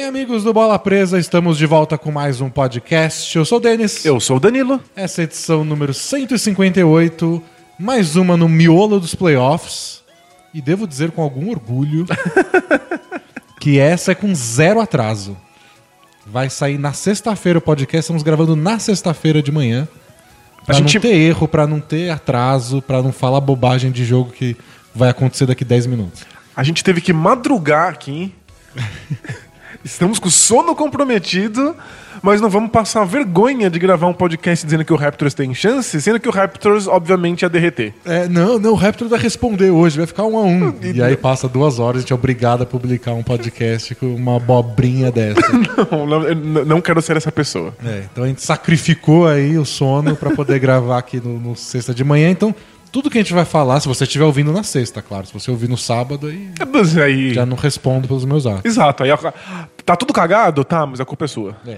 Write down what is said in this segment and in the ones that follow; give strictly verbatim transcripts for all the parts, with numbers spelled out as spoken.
Bem, amigos do Bola Presa, estamos de volta com mais um podcast. Eu sou o Denis. Eu sou o Danilo. Essa é a edição número cento e cinquenta e oito, mais uma no miolo dos playoffs. E devo dizer com algum orgulho que essa é com zero atraso. Vai sair na sexta-feira o podcast, estamos gravando na sexta-feira de manhã. Pra gente... não ter erro, pra não ter atraso, pra não falar bobagem de jogo que vai acontecer daqui dez minutos. A gente teve que madrugar aqui. Estamos com o sono comprometido, mas não vamos passar vergonha de gravar um podcast dizendo que o Raptors tem chance, sendo que o Raptors, obviamente, ia derreter. É, não, não, o Raptors vai responder hoje, vai ficar um a um. E, e aí passa duas horas e a gente é obrigado a publicar um podcast com uma abobrinha dessa. não, não, eu não quero ser essa pessoa. É, então a gente sacrificou aí o sono pra poder gravar aqui no, no sexta de manhã, então... Tudo que a gente vai falar, se você estiver ouvindo na sexta, claro. Se você ouvir no sábado, aí, aí... já não respondo pelos meus atos. Exato. Aí, tá tudo cagado? Tá, mas a culpa é sua. É.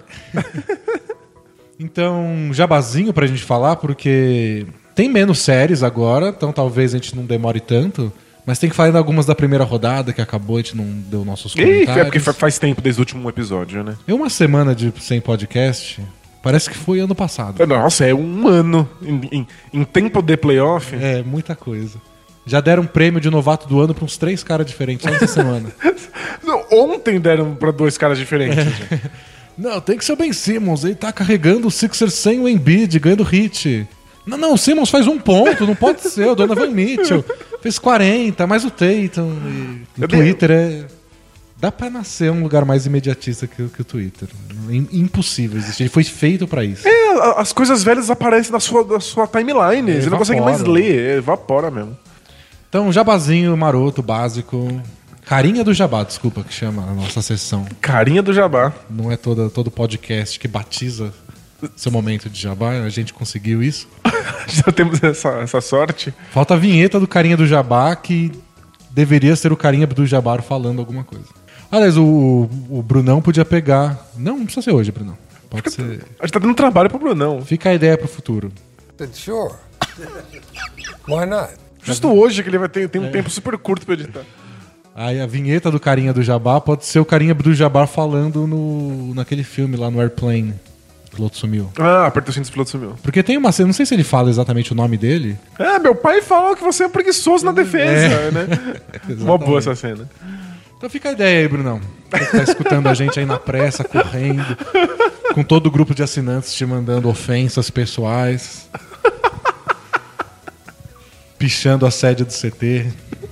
Então, jabazinho pra gente falar, porque tem menos séries agora, então talvez a gente não demore tanto. Mas tem que falar ainda algumas da primeira rodada que acabou, a gente não deu nossos comentários. É porque faz tempo desde o último episódio, né? É uma semana de, sem podcast... Parece que foi ano passado. Nossa, é um ano em, em, em tempo de playoff. É, muita coisa. Já deram um prêmio de novato do ano para uns três caras diferentes só essa semana. Ontem deram para dois caras diferentes. É. Não, tem que ser o Ben Simmons. Ele tá carregando o Sixers sem o Embiid, ganhando hit. Não, não, o Simmons faz um ponto, não pode ser. O Donovan Mitchell fez quarenta, mais o Tatum. E o Twitter é... Dá pra nascer um lugar mais imediatista que, que o Twitter. Impossível existir. Ele foi feito pra isso. É, as coisas velhas aparecem na sua, na sua timeline. É, você não consegue mais ler. Evapora mesmo. Então, jabazinho maroto, básico. Carinha do Jabá, desculpa, que chama a nossa sessão. Carinha do Jabá. Não é toda, todo podcast que batiza seu momento de Jabá. A gente conseguiu isso. Já temos essa, essa sorte. Falta a vinheta do Carinha do Jabá, que deveria ser o Carinha do Jabá falando alguma coisa. Aliás, o, o Brunão podia pegar... Não, não precisa ser hoje, Brunão. Pode Fica, ser... A gente tá dando trabalho pro Brunão. Fica a ideia pro futuro. Sure. Why not? Justo hoje, que ele vai ter tem um é. tempo super curto pra editar. Aí a vinheta do Carinha do Jabá pode ser o Carinha do Jabá falando no, naquele filme lá no Airplane. O piloto sumiu. Ah, aperta o cinto, o piloto sumiu. Porque tem uma cena, não sei se ele fala exatamente o nome dele. É, meu pai falou que você é preguiçoso na defesa, é. né? Uma boa essa cena. Então fica a ideia aí, Brunão. Você tá escutando a gente aí na pressa, correndo, com todo o grupo de assinantes te mandando ofensas pessoais, pichando a sede do C T.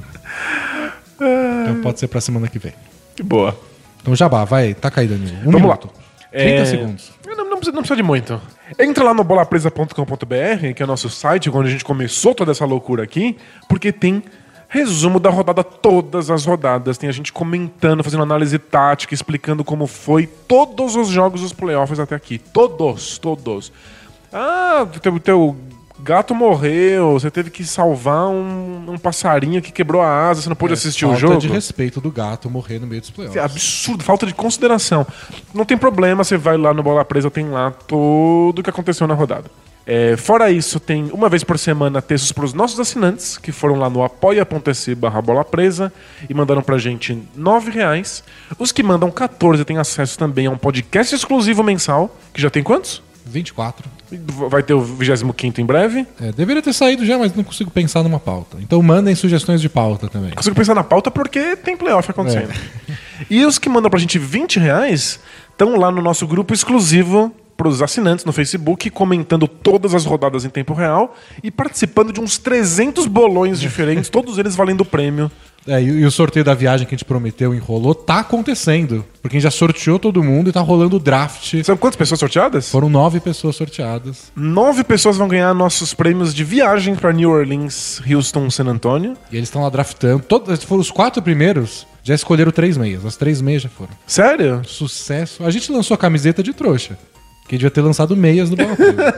Então pode ser pra semana que vem. Que boa. Então Jabá, vai, tá caído, Danilo. Um Vamos minuto. lá. trinta é... segundos. Não, não, precisa, não precisa de muito. Entra lá no bola presa ponto com ponto b r, que é o nosso site, onde a gente começou toda essa loucura aqui, porque tem... resumo da rodada, todas as rodadas. Tem a gente comentando, fazendo análise tática, explicando como foi todos os jogos dos playoffs até aqui. Todos, todos. Ah, teu, teu gato morreu, você teve que salvar um, um passarinho que quebrou a asa, você não pôde é, assistir o jogo. Falta de respeito do gato morrer no meio dos playoffs. É absurdo, falta de consideração. Não tem problema, você vai lá no Bola Presa, tem lá tudo o que aconteceu na rodada. É, fora isso, tem uma vez por semana textos para os nossos assinantes, que foram lá no apoia.se barra bola presa e mandaram pra gente nove reais. Os que mandam quatorze têm acesso também a um podcast exclusivo mensal, que já tem quantos? vinte e quatro. Vai ter o vigésimo quinto em breve. É, deveria ter saído já, mas não consigo pensar numa pauta. Então mandem sugestões de pauta também. Não consigo pensar na pauta porque tem playoff acontecendo. É. E os que mandam pra gente vinte reais estão lá no nosso grupo exclusivo para os assinantes no Facebook, comentando todas as rodadas em tempo real e participando de uns trezentos bolões diferentes, todos eles valendo prêmio. É, e, e o sorteio da viagem que a gente prometeu enrolou, tá acontecendo. Porque a gente já sorteou todo mundo e tá rolando o draft. São quantas pessoas sorteadas? Foram nove pessoas sorteadas. Nove pessoas vão ganhar nossos prêmios de viagem para New Orleans, Houston, San Antonio. E eles estão lá draftando. Todos, foram os quatro primeiros, já escolheram três meias. As três meias já foram. Sério? Sucesso. A gente lançou a camiseta de trouxa. Que devia ter lançado meias no Bola Presa.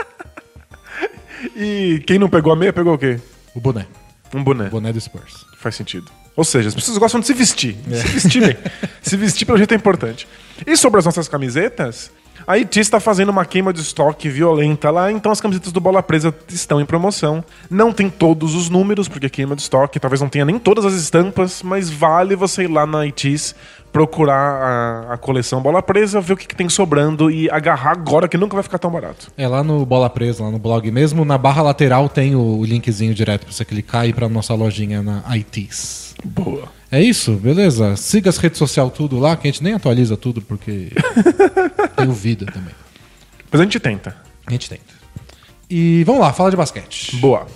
E quem não pegou a meia, pegou o quê? O boné. Um boné. O boné do Spurs. Faz sentido. Ou seja, as pessoas gostam de se vestir. É. Se vestir bem. Se vestir pelo jeito é importante. E sobre as nossas camisetas, a I T está fazendo uma queima de estoque violenta lá, então as camisetas do Bola Presa estão em promoção. Não tem todos os números, porque é queima de estoque, talvez não tenha nem todas as estampas, mas vale você ir lá na I T procurar a, a coleção Bola Presa, ver o que, que tem sobrando e agarrar agora, que nunca vai ficar tão barato. É lá no Bola Presa, lá no blog mesmo, na barra lateral tem o, o linkzinho direto pra você clicar e ir pra nossa lojinha na I Ts. Boa. É isso, beleza? Siga as redes sociais tudo lá, que a gente nem atualiza tudo, porque tem o vida também. Mas a gente tenta. A gente tenta. E vamos lá, fala de basquete. Boa.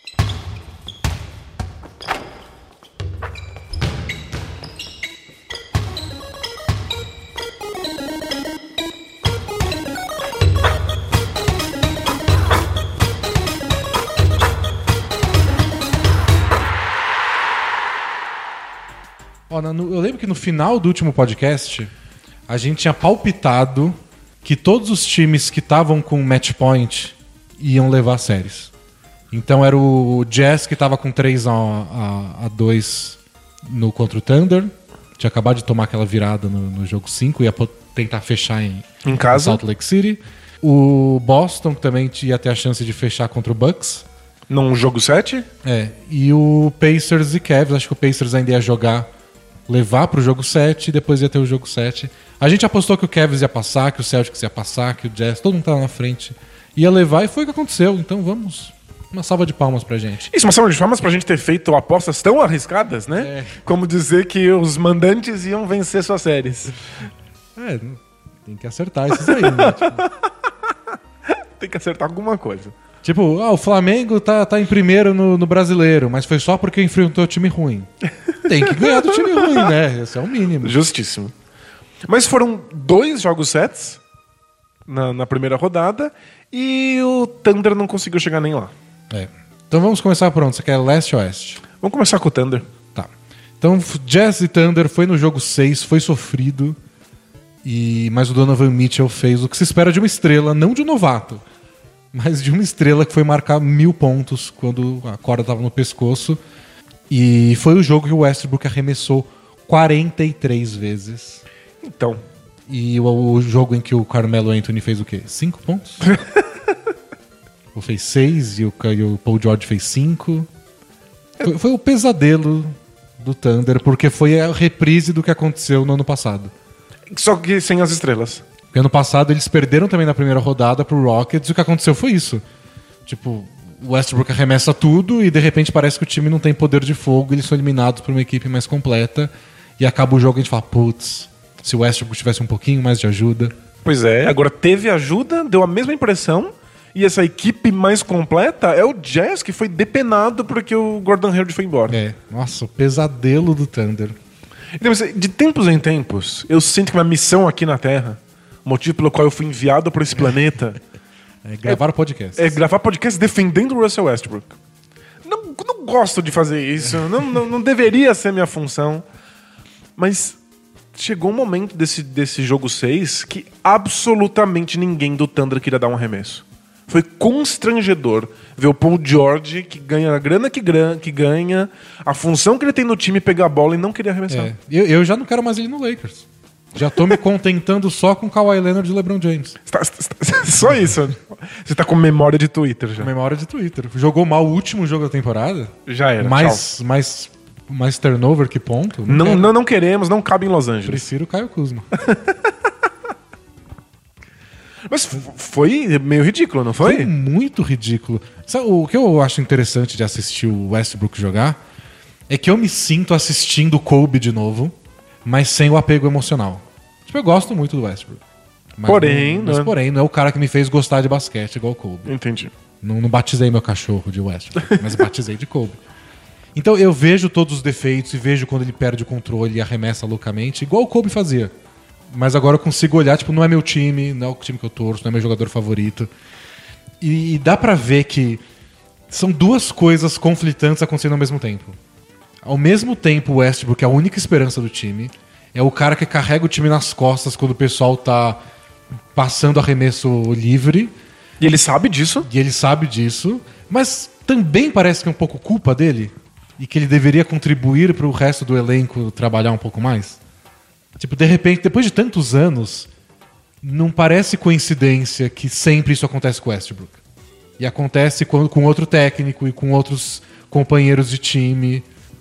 Ó, no, eu lembro que no final do último podcast, a gente tinha palpitado que todos os times que estavam com match point iam levar séries. Então era o Jazz que estava com três a dois no contra o Thunder. Tinha acabado de tomar aquela virada no, no jogo cinco, ia tentar fechar em, em casa. Salt Lake City. O Boston que também ia ter a chance de fechar contra o Bucks. Num jogo sete? É. E o Pacers e Cavs, acho que o Pacers ainda ia jogar, levar pro jogo sete e depois ia ter o jogo sete. A gente apostou que o Cavs ia passar, que o Celtics ia passar, que o Jazz, todo mundo tava na frente, ia levar e foi o que aconteceu. Então vamos, uma salva de palmas pra gente. Isso, uma salva de palmas pra gente ter feito apostas tão arriscadas, né? É. Como dizer que os mandantes iam vencer suas séries. É, tem que acertar esses aí, né? Tipo, tem que acertar alguma coisa. tipo ah, o Flamengo tá, tá em primeiro no, no Brasileiro, mas foi só porque enfrentou o time ruim. Tem que ganhar do time ruim, né? Esse é o mínimo. Justíssimo. Mas foram dois jogos sets na, na primeira rodada e o Thunder não conseguiu chegar nem lá. É. Então vamos começar por onde? Você quer leste ou oeste? Vamos começar com o Thunder. Tá. Então Jazz e Thunder foi no jogo seis, foi sofrido, e mas o Donovan Mitchell fez o que se espera de uma estrela, não de um novato, mas de uma estrela que foi marcar mil pontos quando a corda estava no pescoço. E foi o jogo que o Westbrook arremessou quarenta e três vezes. Então. E o, o jogo em que o Carmelo Anthony fez o quê? cinco pontos? Ou fez seis e o, e o Paul George fez cinco. Foi, foi o pesadelo do Thunder, porque foi a reprise do que aconteceu no ano passado. Só que sem as estrelas. Porque ano passado eles perderam também na primeira rodada pro Rockets e o que aconteceu foi isso. Tipo, o Westbrook arremessa tudo e de repente parece que o time não tem poder de fogo, eles são eliminados por uma equipe mais completa e acaba o jogo e a gente fala, putz, se o Westbrook tivesse um pouquinho mais de ajuda. Pois é, agora teve ajuda, deu a mesma impressão e essa equipe mais completa é o Jazz, que foi depenado porque o Gordon Hayward foi embora. É, nossa, o pesadelo do Thunder. Então, de tempos em tempos, eu sinto que minha missão aqui na Terra, o motivo pelo qual eu fui enviado por esse planeta... É gravar é, podcast. É gravar podcast defendendo o Russell Westbrook. Não, não gosto de fazer isso. não, não, não deveria ser minha função. Mas chegou um momento desse, desse jogo seis que absolutamente ninguém do Thunder queria dar um arremesso. Foi constrangedor ver o Paul George, que ganha a grana que, gran, que ganha, a função que ele tem no time, pegar a bola e não queria arremessar. É, eu, eu já não quero mais ele no Lakers. Já tô me contentando só com Kawhi Leonard e LeBron James. Tá, tá, só isso. Você tá com memória de Twitter já. Memória de Twitter. Jogou mal o último jogo da temporada. Já era. Mais, mais, mais turnover que ponto. Não, não, não, não queremos, não cabe em Los Angeles. Prefiro o Caio Kuzma. Mas foi meio ridículo, não foi? Foi muito ridículo. Sabe, o que eu acho interessante de assistir o Westbrook jogar é que eu me sinto assistindo o Kobe de novo, mas sem o apego emocional. Tipo, eu gosto muito do Westbrook. Mas porém, não, mas, né? porém, não é o cara que me fez gostar de basquete igual o Kobe. Entendi. Não, não batizei meu cachorro de Westbrook, mas batizei de Kobe. Então eu vejo todos os defeitos e vejo quando ele perde o controle e arremessa loucamente, igual o Kobe fazia. Mas agora eu consigo olhar, tipo, não é meu time, não é o time que eu torço, não é meu jogador favorito. E, e dá pra ver que são duas coisas conflitantes acontecendo ao mesmo tempo. Ao mesmo tempo, o Westbrook é a única esperança do time. É o cara que carrega o time nas costas quando o pessoal tá passando arremesso livre. E ele sabe disso. E ele sabe disso. Mas também parece que é um pouco culpa dele. E que ele deveria contribuir pro resto do elenco trabalhar um pouco mais. Tipo, de repente, depois de tantos anos, não parece coincidência que sempre isso acontece com o Westbrook. E acontece com, com outro técnico e com outros companheiros de time.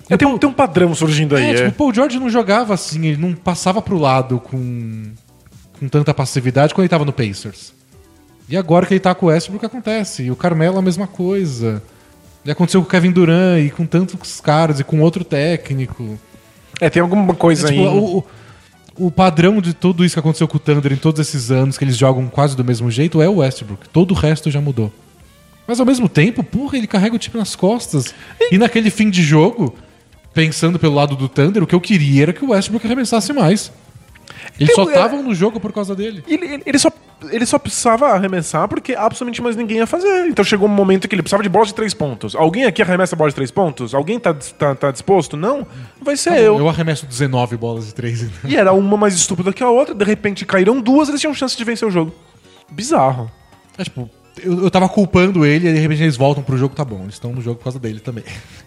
É, tem, um, tem um padrão surgindo aí. É, É, tipo, o Paul George não jogava assim, ele não passava pro lado com, com tanta passividade quando ele tava no Pacers. E agora que ele tá com o Westbrook, acontece. E o Carmelo a mesma coisa. E aconteceu com o Kevin Durant e com tantos caras e com outro técnico. é, tem alguma coisa É, tipo, aí. o, o- o padrão de tudo isso que aconteceu com o Thunder em todos esses anos, que eles jogam quase do mesmo jeito, é o Westbrook. Todo o resto já mudou. Mas ao mesmo tempo, porra, ele carrega o time nas costas. E naquele fim de jogo, pensando pelo lado do Thunder, o que eu queria era que o Westbrook arremessasse mais. Eles Tem- só estavam no jogo por causa dele. Ele, ele- ele só, ele só precisava arremessar porque absolutamente mais ninguém ia fazer. Então chegou um momento que ele precisava de bola de três pontos. Alguém aqui arremessa bola de três pontos? Alguém tá, tá, tá disposto? Não? Vai ser eu. Eu arremesso dezenove bolas de três. E era uma mais estúpida que a outra. De repente caíram duas, eles tinham chance de vencer o jogo. Bizarro. É, tipo, eu, eu tava culpando ele e de repente eles voltam pro jogo, tá bom. Eles estão no jogo por causa dele também.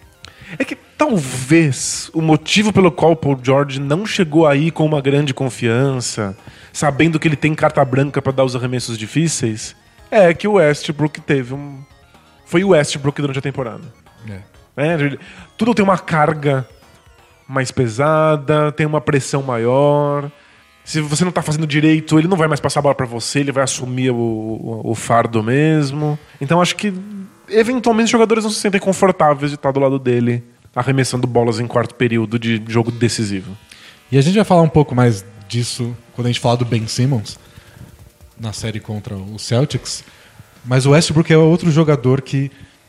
É que talvez o motivo pelo qual o Paul George não chegou aí com uma grande confiança, sabendo que ele tem carta branca pra dar os arremessos difíceis, é que o Westbrook teve um... Foi o Westbrook durante a temporada. É. É, ele- tudo tem uma carga mais pesada, tem uma pressão maior. Se você não tá fazendo direito, ele não vai mais passar a bola pra você, ele vai assumir o, o, o fardo mesmo. Então acho que eventualmente os jogadores não se sentem confortáveis de estar do lado dele, arremessando bolas em quarto período de jogo decisivo. E a gente vai falar um pouco mais disso quando a gente falar do Ben Simmons na série contra o Celtics. Mas o Westbrook é outro jogador que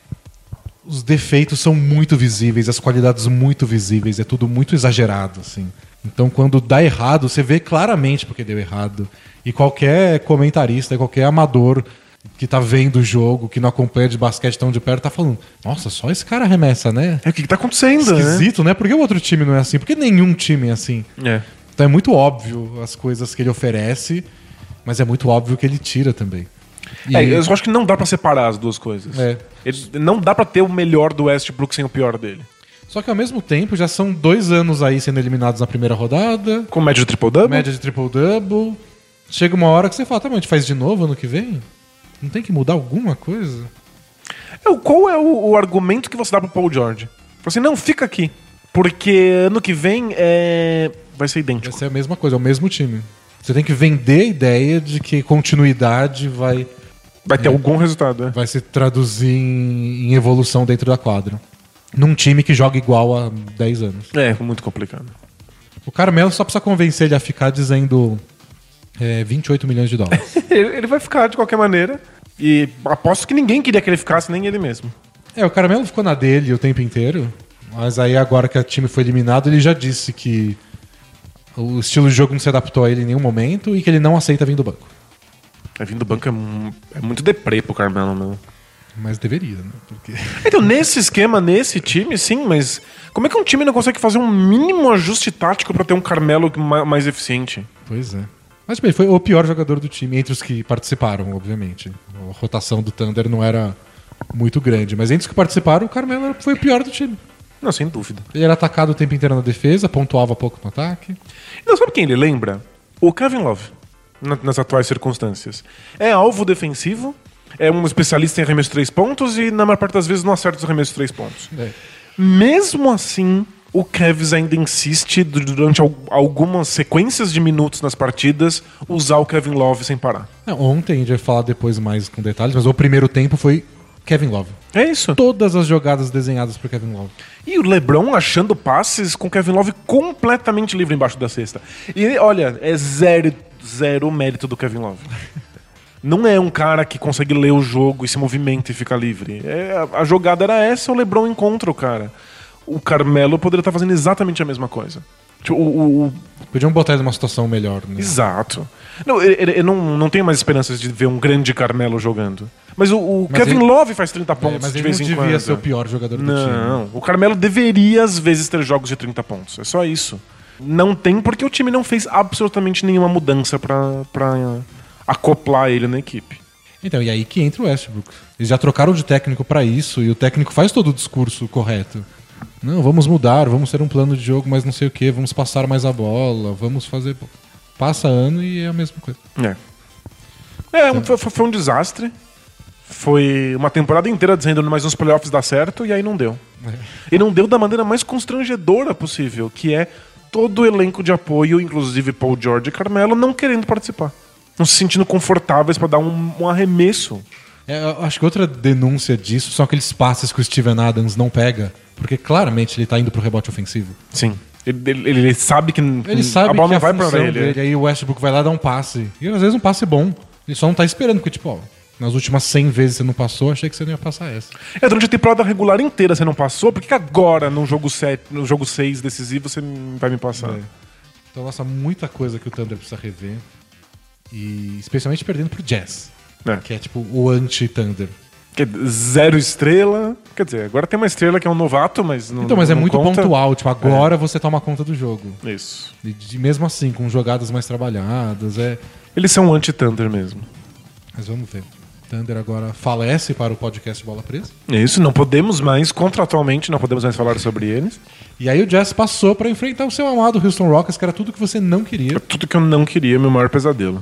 os defeitos são muito visíveis, as qualidades muito visíveis, é tudo muito exagerado, assim. Então quando dá errado, você vê claramente porque deu errado. E qualquer comentarista, qualquer amador que tá vendo o jogo, que não acompanha de basquete tão de perto, tá falando: nossa, só esse cara arremessa, né? É o que, que tá acontecendo, Esquisito, né? Por que o outro time não é assim? Por que nenhum time é assim? né? É. Então é muito óbvio as coisas que ele oferece, mas é muito óbvio que ele tira também. E- É, eu acho que não dá pra separar as duas coisas. É. Ele- não dá pra ter o melhor do Westbrook sem o pior dele. Só que ao mesmo tempo já são dois anos aí sendo eliminados na primeira rodada, Com média de triple-double? média de triple-double. Chega uma hora que você fala: tá, mas a gente faz de novo ano que vem? Não tem que mudar alguma coisa? É, o- qual é o, o argumento que você dá pro Paul George? Você não fica aqui, porque ano que vem é... vai ser idêntico. Vai ser a mesma coisa, é o mesmo time. Você tem que vender a ideia de que continuidade vai, Vai ter algum resultado, né? vai se traduzir em, em evolução dentro da quadra. Num time que joga igual há dez anos. É, muito complicado. O Carmelo só precisa convencer ele a ficar dizendo é, vinte e oito milhões de dólares. ele, ele vai ficar de qualquer maneira. E aposto que ninguém queria que ele ficasse, nem ele mesmo. É, o Carmelo ficou na dele o tempo inteiro, mas aí agora que o time foi eliminado, ele já disse que o estilo de jogo não se adaptou a ele em nenhum momento e que ele não aceita vir do banco. A vir do banco é, mu- é muito deprê pro Carmelo, meu. Mas deveria, né? Porque... Então, nesse esquema, nesse time, sim, mas como é que um time não consegue fazer um mínimo ajuste tático pra ter um Carmelo ma- mais eficiente? Pois é. Mas tipo, ele foi o pior jogador do time, entre os que participaram, obviamente. A rotação do Thunder não era muito grande, mas entre os que participaram, o Carmelo era- foi o pior do time. Não, sem dúvida. Ele era atacado o tempo inteiro na defesa, pontuava pouco no ataque. Não, sabe quem ele lembra? O Kevin Love, na- nas atuais circunstâncias. É alvo defensivo, é um especialista em arremesso de três pontos e na maior parte das vezes não acerta os arremessos de três pontos. É. Mesmo assim, o Cavs ainda insiste, du- durante al- algumas sequências de minutos nas partidas, usar o Kevin Love sem parar. Não, ontem, a gente vai falar depois mais com detalhes, mas o primeiro tempo foi Kevin Love. É isso. Todas as jogadas desenhadas por Kevin Love. E o LeBron achando passes com o Kevin Love completamente livre embaixo da cesta. E olha, é zero, zero mérito do Kevin Love. Não é um cara que consegue ler o jogo e se movimenta e fica livre. É, a, a jogada era essa, o LeBron encontra o cara. O Carmelo poderia estar fazendo exatamente a mesma coisa. Tipo, o, o- o- Podiam botar ele numa situação melhor, né? Exato. Não, eu, eu- eu não, não tenho mais esperanças de ver um grande Carmelo jogando. Mas o, o Mas Kevin ele- Love faz trinta É, pontos mas de ele vez não em devia quando. ser o pior jogador do time. Não, o Carmelo deveria às vezes ter jogos de trinta pontos. É só isso. Não tem porque o time não fez absolutamente nenhuma mudança pra, pra acoplar ele na equipe. Então, e aí que entra o Westbrook. Eles já trocaram de técnico pra isso e o técnico faz todo o discurso correto. Não, vamos mudar, vamos ter um plano de jogo, mas não sei o que, vamos passar mais a bola, vamos fazer. Passa ano e é a mesma coisa. É. É, um- foi, foi um desastre. Foi uma temporada inteira dizendo mais uns playoffs dá certo e aí não deu. É. E não deu da maneira mais constrangedora possível, que é todo o elenco de apoio, inclusive Paul George e Carmelo, não querendo participar. Não se sentindo confortáveis para dar um, um arremesso. É, eu acho que outra denúncia disso são aqueles passes que o Steven Adams não pega, porque claramente ele tá indo pro rebote ofensivo. Sim. Ele, ele, ele sabe que ele sabe a bola que não a vai pra ele. Dele, aí o Westbrook vai lá dar um passe. E às vezes um passe bom. Ele só não tá esperando, porque tipo, ó, nas últimas cem vezes você não passou, achei que você não ia passar essa. É, durante a temporada regular inteira você não passou, por que que agora no jogo sete, no jogo seis decisivo você vai me passar? É. Então, nossa, muita coisa que o Thunder precisa rever. E especialmente perdendo pro Jazz. É. Que é tipo o anti-Thunder. Que zero estrela. Quer dizer, agora tem uma estrela que é um novato, mas não. Então, mas é não muito conta. pontual. Tipo, agora é. você toma conta do jogo. Isso. E de, mesmo assim, com jogadas mais trabalhadas. É... Eles são anti-Thunder mesmo. Mas vamos ver. Thunder agora falece para o podcast Bola Presa. Isso, não podemos mais, contratualmente, não podemos mais falar sobre eles. E aí o Jazz passou para enfrentar o seu amado Houston Rockets, que era tudo que você não queria. Tudo que eu não queria, meu maior pesadelo.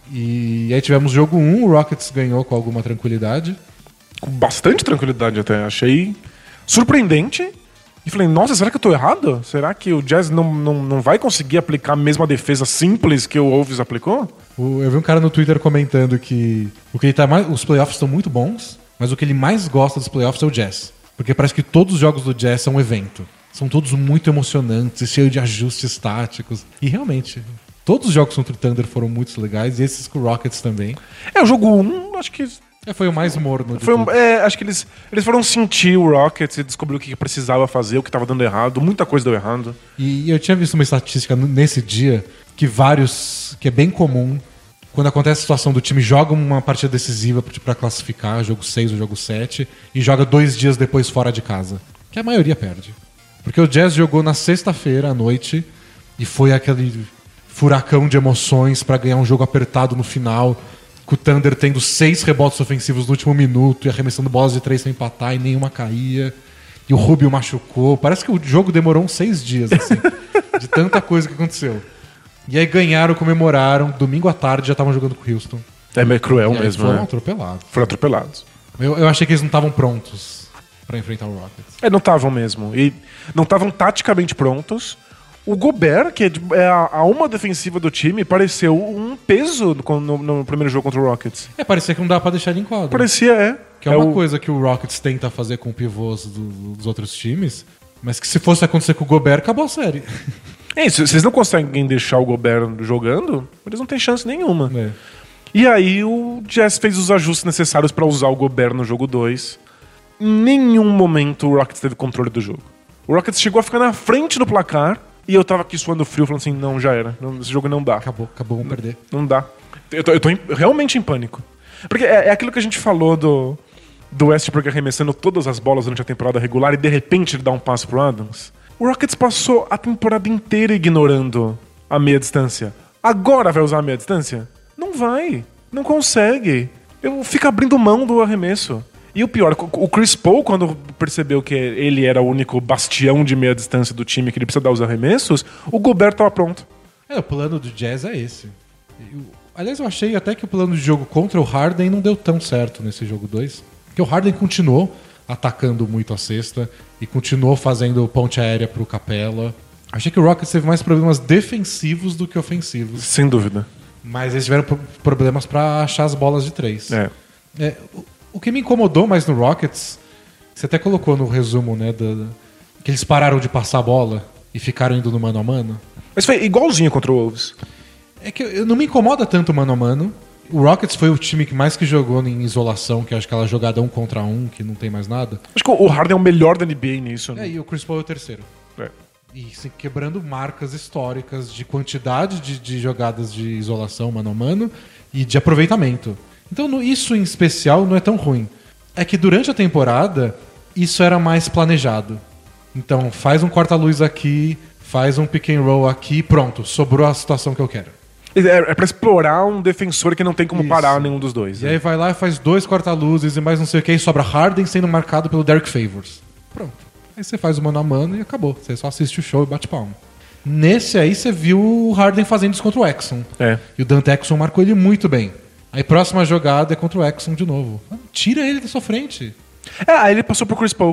E aí tivemos jogo um, o Rockets ganhou com alguma tranquilidade. Com bastante tranquilidade até, achei surpreendente. E falei, nossa, será que eu tô errado? Será que o Jazz não, não, não vai conseguir aplicar a mesma defesa simples que o Wolves aplicou? Eu vi um cara no Twitter comentando que o que ele tá mais, os playoffs estão muito bons, mas o que ele mais gosta dos playoffs é o Jazz. Porque parece que todos os jogos do Jazz são um evento. São todos muito emocionantes, cheios de ajustes táticos. E realmente, todos os jogos contra o Thunder foram muito legais, e esses com o Rockets também. É, o jogo um, acho que... É, foi o mais morno de foi um, tudo. é, acho que eles, eles foram sentir o Rockets e descobrir o que precisava fazer, o que estava dando errado. Muita coisa deu errado. E eu tinha visto uma estatística nesse dia que vários... que é bem comum, quando acontece a situação do time, joga uma partida decisiva para classificar, jogo seis ou jogo sete, e joga dois dias depois fora de casa. Que a maioria perde. Porque o Jazz jogou na sexta-feira à noite e foi aquele furacão de emoções para ganhar um jogo apertado no final, com o Thunder tendo seis rebotes ofensivos no último minuto e arremessando bolas de três sem empatar e nenhuma caía. E o Rubio machucou. Parece que o jogo demorou uns seis dias, assim, de tanta coisa que aconteceu. E aí ganharam, comemoraram. Domingo à tarde já estavam jogando com o Houston. É meio cruel e aí mesmo, foram né? atropelados. Foram atropelados. Eu, eu achei que eles não estavam prontos para enfrentar o Rockets. É, não estavam mesmo. E não estavam taticamente prontos. O Gobert, que é a alma defensiva do time, pareceu um peso no, no, no primeiro jogo contra o Rockets. É, parecia que não dava pra deixar ele em quadra. Parecia, é. Que é, é uma o... coisa que o Rockets tenta fazer com pivôs do, dos outros times, mas que se fosse acontecer com o Gobert, acabou a série. É isso, se vocês não conseguem deixar o Gobert jogando, eles não têm chance nenhuma. É. E aí o Jazz fez os ajustes necessários pra usar o Gobert no jogo dois. Em nenhum momento o Rockets teve controle do jogo. O Rockets chegou a ficar na frente do placar e eu tava aqui suando frio, falando assim, não, já era. Não, esse jogo não dá. Acabou, acabou, vamos perder. Não dá. Eu tô, eu tô em, realmente em pânico. Porque é, é aquilo que a gente falou do, do Westbrook arremessando todas as bolas durante a temporada regular e de repente ele dá um passo pro Adams. O Rockets passou a temporada inteira ignorando a meia distância. Agora vai usar a meia distância? Não vai. Não consegue. Eu fico abrindo mão do arremesso. E o pior, o Chris Paul, quando percebeu que ele era o único bastião de meia distância do time que ele precisa dar os arremessos, o Gobert tava pronto. É, o plano do Jazz é esse. Eu, aliás, eu achei até que o plano de jogo contra o Harden não deu tão certo nesse jogo dois. Porque o Harden continuou atacando muito a cesta e continuou fazendo ponte aérea pro Capela. Achei que o Rockets teve mais problemas defensivos do que ofensivos. Sem dúvida. Mas eles tiveram problemas para achar as bolas de três. É. É, o, o que me incomodou mais no Rockets, você até colocou no resumo, né, do, que eles pararam de passar a bola e ficaram indo no mano a mano. Mas foi igualzinho contra o Wolves. É que eu, não me incomoda tanto o mano a mano. O Rockets foi o time que mais que jogou em isolação, que é acho que aquela jogada um contra um, que não tem mais nada. Acho que o Harden é o melhor da N B A nisso. Né? É, e o Chris Paul é o terceiro. É. E assim, quebrando marcas históricas de quantidade de, de jogadas de isolação mano a mano e de aproveitamento. Então no, isso em especial não é tão ruim. É que durante a temporada isso era mais planejado. Então faz um corta-luz aqui, faz um pick and roll aqui, pronto, sobrou a situação que eu quero. É, é pra explorar um defensor que não tem como Isso. parar nenhum dos dois. E né? aí vai lá e faz dois corta-luzes e mais não sei o que, e sobra Harden sendo marcado pelo Derek Favors. Pronto. Aí você faz o mano a mano e acabou. Você só assiste o show e bate palma. Nesse aí você viu o Harden fazendo isso contra o Exxon. É. E o Dante Exxon marcou ele muito bem. Aí próxima jogada é contra o Exxon de novo. Tira ele da sua frente. É, aí ele passou pro Chris Paul.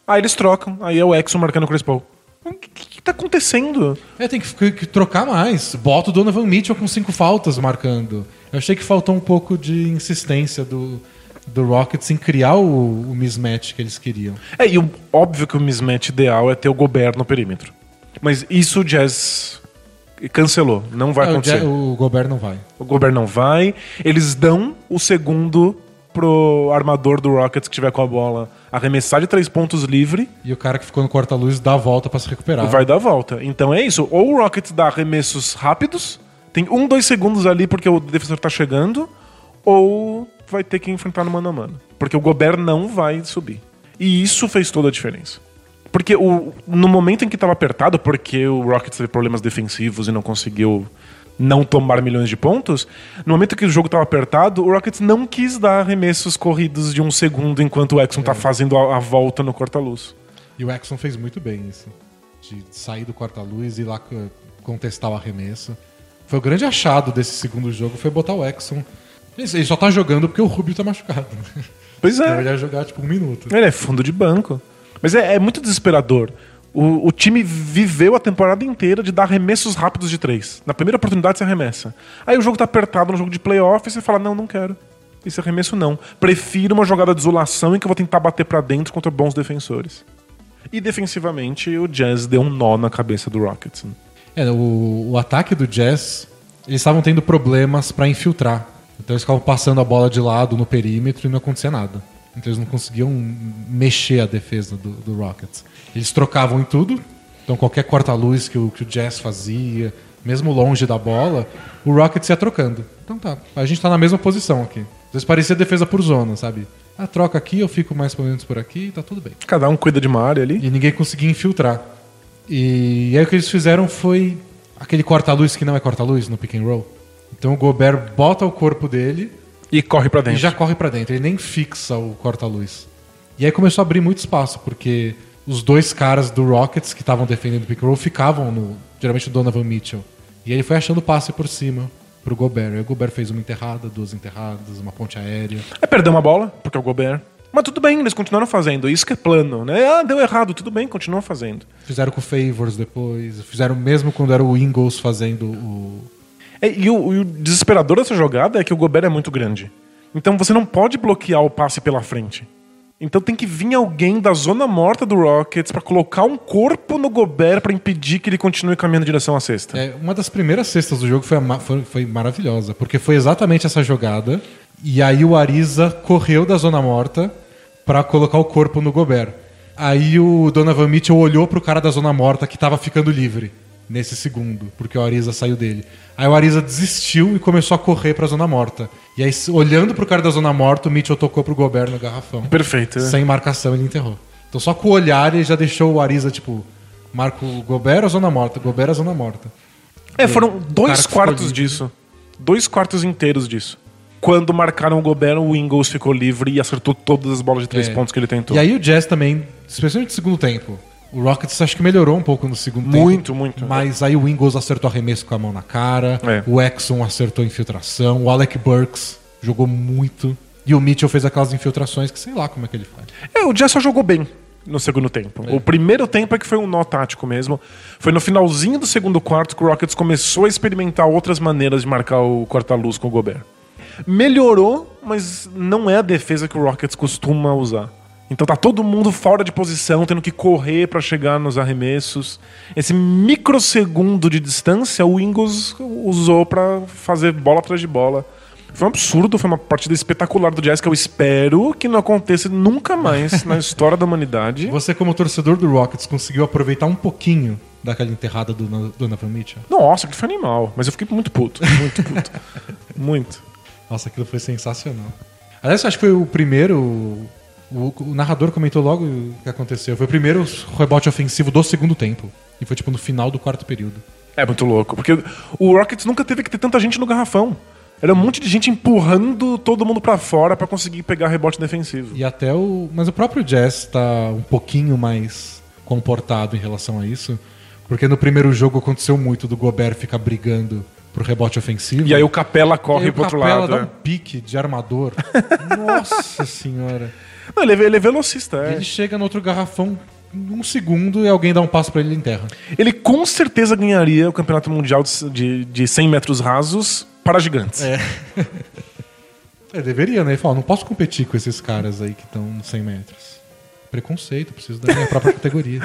Aí eles trocam, aí é o Exum marcando o Chris Paul. O que, que tá acontecendo? É, tem que, que trocar mais. Bota o Donovan Mitchell com cinco faltas marcando. Eu achei que faltou um pouco de insistência do, do Rockets em criar o, o mismatch que eles queriam. É, e o, óbvio que o mismatch ideal é ter o Gobert no perímetro. Mas isso o Jazz cancelou, não vai É, acontecer. O, o Gobert não vai. O Gobert não vai. Eles dão o segundo pro armador do Rockets que tiver com a bola arremessar de três pontos livre. E o cara que ficou no corta-luz dá a volta pra se recuperar. Vai dar a volta. Então é isso. Ou o Rockets dá arremessos rápidos, tem um, dois segundos ali porque o defensor tá chegando, ou vai ter que enfrentar no mano a mano. Porque o Gobert não vai subir. E isso fez toda a diferença. Porque o, no momento em que tava apertado, porque o Rockets teve problemas defensivos e não conseguiu não tomar milhões de pontos, no momento que o jogo tava apertado, o Rockets não quis dar arremessos corridos de um segundo enquanto o Exum é. tá fazendo a, a volta no corta-luz. E o Exum fez muito bem isso. De sair do corta-luz e ir lá contestar o arremesso. Foi o grande achado desse segundo jogo, foi botar o Exum. Ele só tá jogando porque o Rubio tá machucado. Pois é. Ele ia jogar tipo um minuto. Ele é fundo de banco. Mas é, é muito desesperador. O, o time viveu a temporada inteira de dar arremessos rápidos de três. Na primeira oportunidade você arremessa. Aí o jogo tá apertado no jogo de playoff e você fala, não, não quero. Esse arremesso não. Prefiro uma jogada de isolação em que eu vou tentar bater pra dentro contra bons defensores. E defensivamente o Jazz deu um nó na cabeça do Rockets. É, o, o ataque do Jazz, eles estavam tendo problemas pra infiltrar. Então eles ficavam passando a bola de lado no perímetro e não acontecia nada. Então eles não conseguiam mexer a defesa do, do Rockets. Eles trocavam em tudo. Então qualquer corta-luz que o, que o Jazz fazia, mesmo longe da bola, o Rockets ia trocando. Então tá, a gente tá na mesma posição aqui. Às vezes parecia defesa por zona, sabe? Ah, troca aqui, eu fico mais ou menos por aqui, tá tudo bem. Cada um cuida de uma área ali. E ninguém conseguia infiltrar. E, e aí o que eles fizeram foi aquele corta-luz que não é corta-luz no pick and roll. Então o Gobert bota o corpo dele e corre pra dentro. E já corre pra dentro, ele nem fixa o corta-luz. E aí começou a abrir muito espaço, porque os dois caras do Rockets que estavam defendendo o pick and roll ficavam no, geralmente o Donovan Mitchell. E aí ele foi achando passe por cima pro Gobert. Aí o Gobert fez uma enterrada, duas enterradas, uma ponte aérea. É, perdeu uma bola, porque é o Gobert. Mas tudo bem, eles continuaram fazendo. Isso que é plano, né? Ah, deu errado, tudo bem, continuam fazendo. Fizeram com o Favors depois, fizeram mesmo quando era o Ingles fazendo o... É, e, o, e o desesperador dessa jogada é que o Gobert é muito grande. Então você não pode bloquear o passe pela frente. Então tem que vir alguém da zona morta do Rockets pra colocar um corpo no Gobert pra impedir que ele continue caminhando em direção à cesta. É, uma das primeiras cestas do jogo foi, foi, foi maravilhosa, porque foi exatamente essa jogada, e aí o Ariza correu da zona morta pra colocar o corpo no Gobert. Aí o Donovan Mitchell olhou pro cara da zona morta que tava ficando livre nesse segundo, porque o Ariza saiu dele. Aí o Ariza desistiu e começou a correr pra zona morta. E aí, olhando pro cara da zona morta, o Mitchell tocou pro Gobert no garrafão. Perfeito. Sem marcação, ele enterrou. Então só com o olhar ele já deixou o Ariza, tipo, marca o Gobert a zona morta, Gobert a zona morta. É, foram dois quartos disso. Dois quartos inteiros disso. Quando marcaram o Gobert, o Ingles ficou livre e acertou todas as bolas de três é. pontos que ele tentou. E aí o Jazz também, especialmente no segundo tempo, o Rockets acho que melhorou um pouco no segundo tempo. Muito, muito. Mas aí o Ingles acertou arremesso com a mão na cara, é. o Exum acertou infiltração, o Alec Burks jogou muito, e o Mitchell fez aquelas infiltrações que sei lá como é que ele faz. É, o Jazz só jogou bem no segundo tempo. É. O primeiro tempo é que foi um nó tático mesmo. Foi no finalzinho do segundo quarto que o Rockets começou a experimentar outras maneiras de marcar o corta-luz com o Gobert. Melhorou, mas não é a defesa que o Rockets costuma usar. Então tá todo mundo fora de posição, tendo que correr pra chegar nos arremessos. Esse microsegundo de distância, o Ingles usou pra fazer bola atrás de bola. Foi um absurdo, foi uma partida espetacular do Jazz que eu espero que não aconteça nunca mais na história da humanidade. Você, como torcedor do Rockets, conseguiu aproveitar um pouquinho daquela enterrada do Donovan Mitchell? Nossa, que foi animal. Mas eu fiquei muito puto, muito puto. Muito. Nossa, aquilo foi sensacional. Aliás, eu acho que foi o primeiro... O, o narrador comentou logo o que aconteceu. Foi o primeiro rebote ofensivo do segundo tempo. E foi tipo no final do quarto período. É muito louco, porque o Rockets nunca teve que ter tanta gente no garrafão. Era um monte de gente empurrando todo mundo pra fora pra conseguir pegar rebote defensivo. E até o... Mas o próprio Jazz tá um pouquinho mais comportado em relação a isso. Porque no primeiro jogo aconteceu muito do Gobert ficar brigando pro rebote ofensivo. E aí o Capela corre pro outro lado. O Capela dá um pique de armador. Nossa senhora. Não, ele, é, ele é velocista, é. Ele chega no outro garrafão em um segundo e alguém dá um passo pra ele e ele enterra. Ele com certeza ganharia o campeonato mundial de, de, de cem metros rasos para gigantes. É. É, deveria, né? Ele fala, não posso competir com esses caras aí que estão nos cem metros. Preconceito, preciso da minha própria categoria.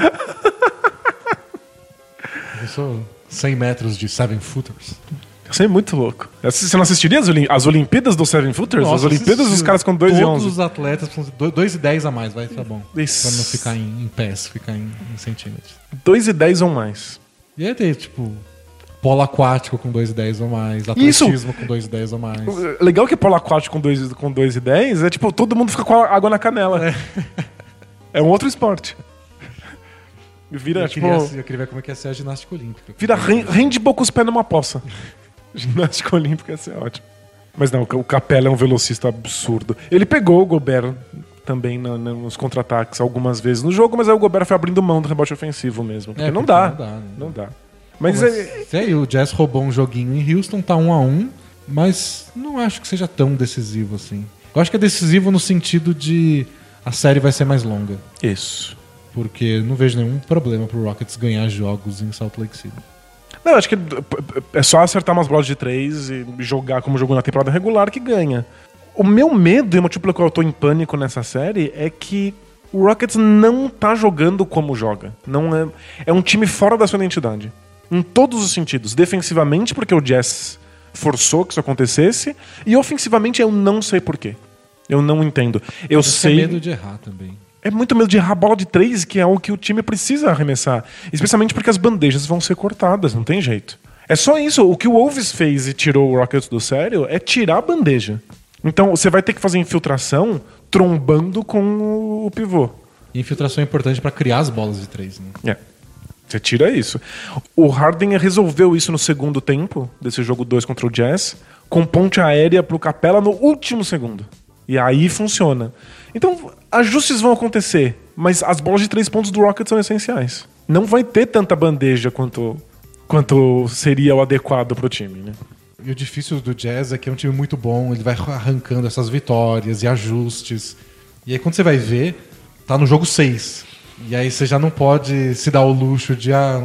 Eu sou cem metros de seven footers. Isso é muito louco. Você não assistiria as, Olim- as Olimpíadas dos Seven Footers? Nossa, as Olimpíadas dos caras com dois e Todos onze. os atletas precisam dois e dez a mais, vai, tá bom. Isso. Pra não ficar em, em pés, ficar em, em centímetros. dois e dez ou mais. E aí tem, tipo, polo aquático com dois e dez ou mais, atletismo Isso. com dois e dez ou mais. Legal que polo aquático com dois com dois e dez é tipo, todo mundo fica com a água na canela. É, é um outro esporte. Vira, eu, tipo, queria, eu queria ver como é que ia ser a ginástica olímpica. Vira rende pouco os pés numa poça. Ginástica olímpica ia ser ótimo. Mas não, o Capela é um velocista absurdo. Ele pegou o Gobert também na, na, nos contra-ataques algumas vezes no jogo, mas aí o Gobert foi abrindo mão do rebote ofensivo mesmo. Porque, é, porque não, dá, não dá. Né? Não dá. Mas, Pô, mas é... aí, o Jazz roubou um joguinho em Houston, tá um a um, mas não acho que seja tão decisivo assim. Eu acho que é decisivo no sentido de a série vai ser mais longa. Isso. Porque não vejo nenhum problema pro Rockets ganhar jogos em Salt Lake City. Não, acho que é só acertar umas bolas de três e jogar como jogou na temporada regular que ganha. O meu medo, e o motivo pelo qual eu tô em pânico nessa série, é que o Rockets não tá jogando como joga. Não é, é um time fora da sua identidade. Em todos os sentidos. Defensivamente, porque o Jazz forçou que isso acontecesse, e ofensivamente eu não sei porquê. Eu não entendo. Eu sei... É medo de errar também. É muito medo de errar a bola de três, que é o que o time precisa arremessar. Especialmente porque as bandejas vão ser cortadas, não tem jeito. É só isso. O que o Wolves fez e tirou o Rockets do sério é tirar a bandeja. Então você vai ter que fazer infiltração trombando com o pivô. E infiltração é importante para criar as bolas de três, né? É. Você tira isso. O Harden resolveu isso no segundo tempo, desse jogo dois contra o Jazz, com ponte aérea pro Capela no último segundo. E aí funciona. Então, ajustes vão acontecer, mas as bolas de três pontos do Rockets são essenciais. Não vai ter tanta bandeja quanto, quanto seria o adequado pro time, né? E o difícil do Jazz é que é um time muito bom, ele vai arrancando essas vitórias e ajustes. E aí quando você vai ver, tá no jogo seis. E aí você já não pode se dar o luxo de... Ah,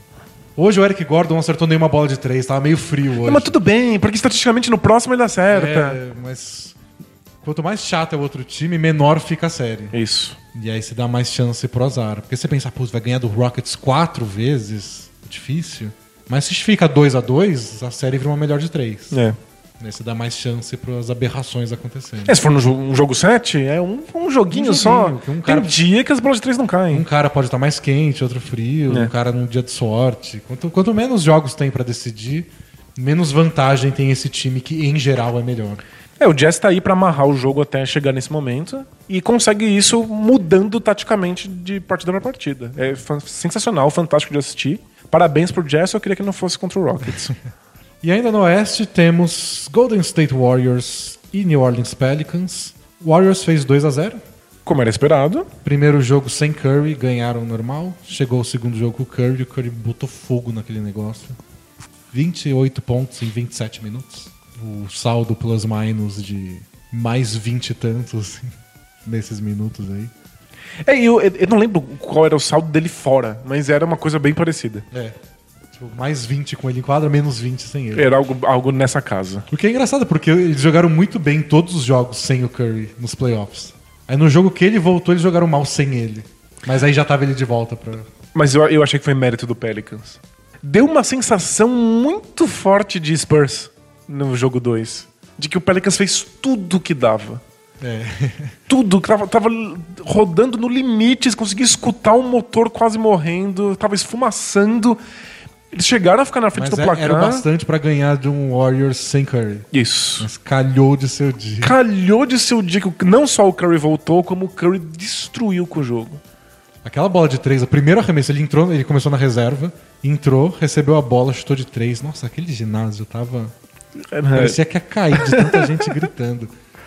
hoje o Eric Gordon não acertou nenhuma bola de três, tava meio frio hoje. Não, mas tudo bem, porque estatisticamente no próximo ele acerta. É, mas... Quanto mais chato é o outro time, menor fica a série. Isso. E aí você dá mais chance pro azar. Porque você pensa, pô, você vai ganhar do Rockets quatro vezes, é difícil. Mas se fica dois a dois, a série vira uma melhor de três. É. Aí você dá mais chance para as aberrações acontecerem. É, se for um jogo sete, é um, um joguinho, um joguinho só. Que um cara, Tem dia que as bolas de três não caem. Um cara pode estar mais quente, outro frio, é. um cara num dia de sorte. Quanto, quanto menos jogos tem para decidir, menos vantagem tem esse time que, em geral, é melhor. É, o Jazz tá aí pra amarrar o jogo até chegar nesse momento e consegue isso mudando taticamente de partida pra partida. É sensacional, fantástico de assistir. Parabéns pro Jazz, eu queria que não fosse contra o Rockets. E ainda no Oeste temos Golden State Warriors e New Orleans Pelicans. Warriors fez dois a zero. Como era esperado. Primeiro jogo sem Curry, ganharam normal. Chegou o segundo jogo com o Curry, o Curry botou fogo naquele negócio. vinte e oito pontos em vinte e sete minutos. O saldo plus-minus de mais vinte e tantos assim, nesses minutos aí. É, eu, eu não lembro qual era o saldo dele fora, mas era uma coisa bem parecida. É. Tipo, mais vinte com ele em quadra, menos vinte sem ele. Era algo, algo nessa casa. O que é engraçado, porque eles jogaram muito bem todos os jogos sem o Curry nos playoffs. Aí no jogo que ele voltou, eles jogaram mal sem ele. Mas aí já tava ele de volta pra... Mas eu, eu achei que foi mérito do Pelicans. Deu uma sensação muito forte de Spurs no jogo dois. De que o Pelicans fez tudo que dava. É. Tudo. Tava, tava rodando no limite. Conseguia escutar o motor quase morrendo. Tava esfumaçando. Eles chegaram a ficar na frente Mas do é, placar. Era bastante pra ganhar de um Warriors sem Curry. Isso. Mas calhou de seu dia. Calhou de seu dia que não só o Curry voltou, como o Curry destruiu com o jogo. Aquela bola de três, o primeiro arremesso, ele entrou, ele começou na reserva, entrou, recebeu a bola, chutou de três. Nossa, aquele ginásio tava... É. Parecia que ia cair de tanta gente gritando.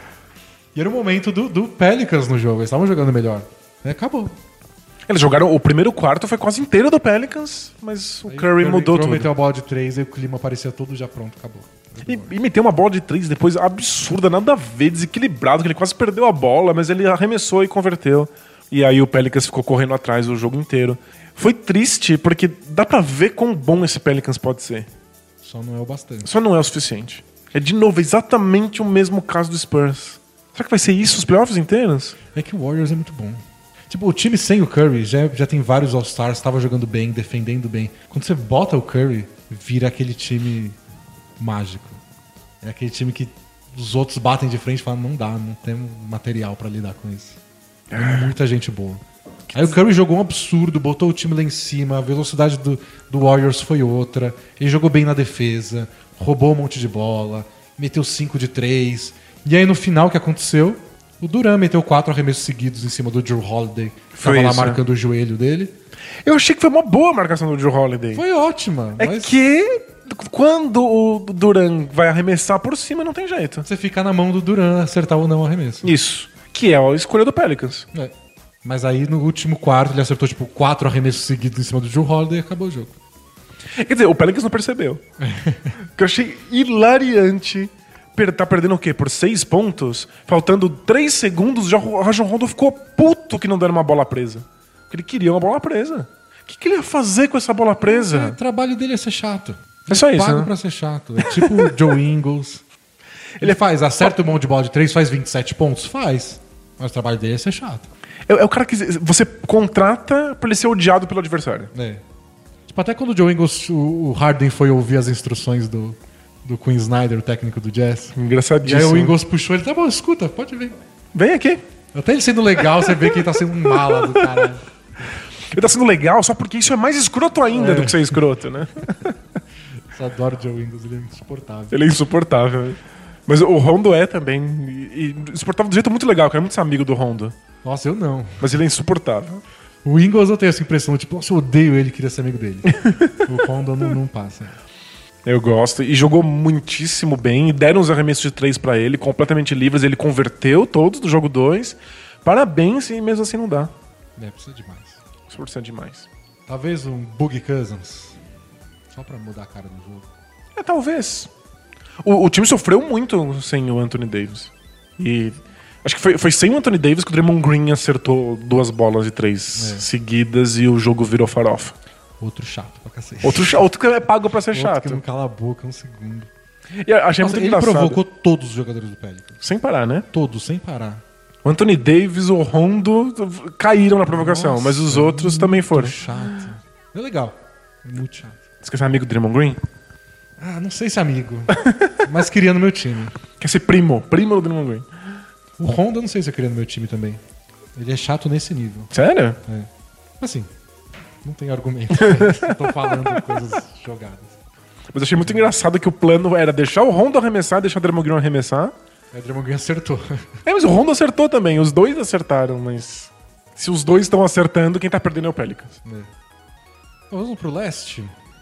E era o momento do, do Pelicans no jogo, eles estavam jogando melhor. Aí acabou. Eles jogaram, o primeiro quarto foi quase inteiro do Pelicans, mas o Aí Curry, Curry mudou entrou, tudo. Meteu a bola de três, aí o clima parecia todo já pronto, acabou. E, e meteu uma bola de três depois absurda, nada a ver, desequilibrado, que ele quase perdeu a bola, mas ele arremessou e converteu. E aí o Pelicans ficou correndo atrás o jogo inteiro. Foi triste, porque dá pra ver quão bom esse Pelicans pode ser. Só não é o bastante. Só não é o suficiente. É, de novo, exatamente o mesmo caso do Spurs. Será que vai ser isso os playoffs inteiros? É que o Warriors é muito bom. Tipo, o time sem o Curry já, já tem vários All-Stars, estava jogando bem, defendendo bem. Quando você bota o Curry, vira aquele time mágico. É aquele time que os outros batem de frente e falam, não dá, não temos material pra lidar com isso. É muita gente boa. Aí o Curry jogou um absurdo, botou o time lá em cima, a velocidade do, do Warriors foi outra, ele jogou bem na defesa, roubou um monte de bola, meteu cinco de três. E aí no final o que aconteceu? O Durant meteu quatro arremessos seguidos em cima do Drew Holiday, que Foi tava lá isso, marcando o joelho dele. Eu achei que foi uma boa a marcação do Drew Holiday. Foi ótima, É mas que quando o Durant vai arremessar por cima, não tem jeito. você fica na mão do Durant acertar ou não o arremesso. Isso. Que é a escolha do Pelicans. É. Mas aí no último quarto ele acertou tipo quatro arremessos seguidos em cima do Drew Holiday e acabou o jogo. Quer dizer, o Pelicans não percebeu. Que eu achei hilariante. Per tá perdendo o quê? Por seis pontos? Faltando três segundos, já o Rajon Rondo ficou puto que não deram uma bola presa. Porque ele queria uma bola presa. O que, que ele ia fazer com essa bola É, presa? o trabalho dele é ser chato. É só Ele isso, pago né? pra ser chato. É tipo o Joe Ingles. Ele faz, acerta um monte de bola de três, faz vinte e sete pontos? Faz. Mas o trabalho dele é ser chato. É, é o cara que você contrata pra ele ser odiado pelo adversário. É. Tipo, até quando o Joe Ingles, o o Harden foi ouvir as instruções do, do Quinn Snyder, o técnico do Jazz. E Engraçadíssimo. aí o Ingles puxou ele, tá bom, escuta, pode vir. Vem aqui. Até ele sendo legal, você vê que ele tá sendo um mala do cara. Ele tá sendo legal só porque isso é mais escroto ainda É. do que ser escroto, né? Eu adoro o Joe Ingles, ele é insuportável. Ele é insuportável. Mas o Rondo é também. E, e insuportável do jeito muito legal, que é muito amigo do Rondo. Nossa, eu não. Mas ele é insuportável. O Ingles eu tenho essa impressão, tipo, nossa, eu odeio ele, queria ser amigo dele. O Rondo não, não passa. Eu gosto. E jogou muitíssimo bem. E deram os arremessos de três pra ele, completamente livres. Ele converteu todos do jogo dois. Parabéns, e mesmo assim não dá. É, precisa demais. cem por cento demais. Talvez um Boogie Cousins. Só pra mudar a cara do jogo. É, talvez. O, o time sofreu muito sem o Anthony Davis. E acho que foi, foi sem o Anthony Davis que o Draymond Green acertou duas bolas de três É. seguidas e o jogo virou farofa. Outro chato pra cacete. Outro, cha- outro que é pago pra ser Outro chato. que não cala a boca um segundo. E achei Nossa, muito ele engraçado. provocou todos os jogadores do Pelicans. Sem parar, né? Todos, sem parar. O Anthony Davis, o Rondo caíram na provocação, Nossa, mas os outros também foram. Muito chato. É legal. É muito chato. Você quer ser amigo do Draymond Green? Ah, não sei se é amigo. Mas queria no meu time. Quer ser primo? Primo do Draymond Green. O Honda eu não sei se eu queria no meu time também. Ele é chato nesse nível. Sério? É. Assim, não tem argumento. Eu tô falando coisas jogadas. Mas eu achei muito engraçado que o plano era deixar o Rondo arremessar, deixar o Draymond Green arremessar. Aí o Draymond Green acertou. É, mas o Rondo acertou também. Os dois acertaram, mas se os dois estão acertando, quem tá perdendo é o Pelicans. É. Então, vamos pro leste.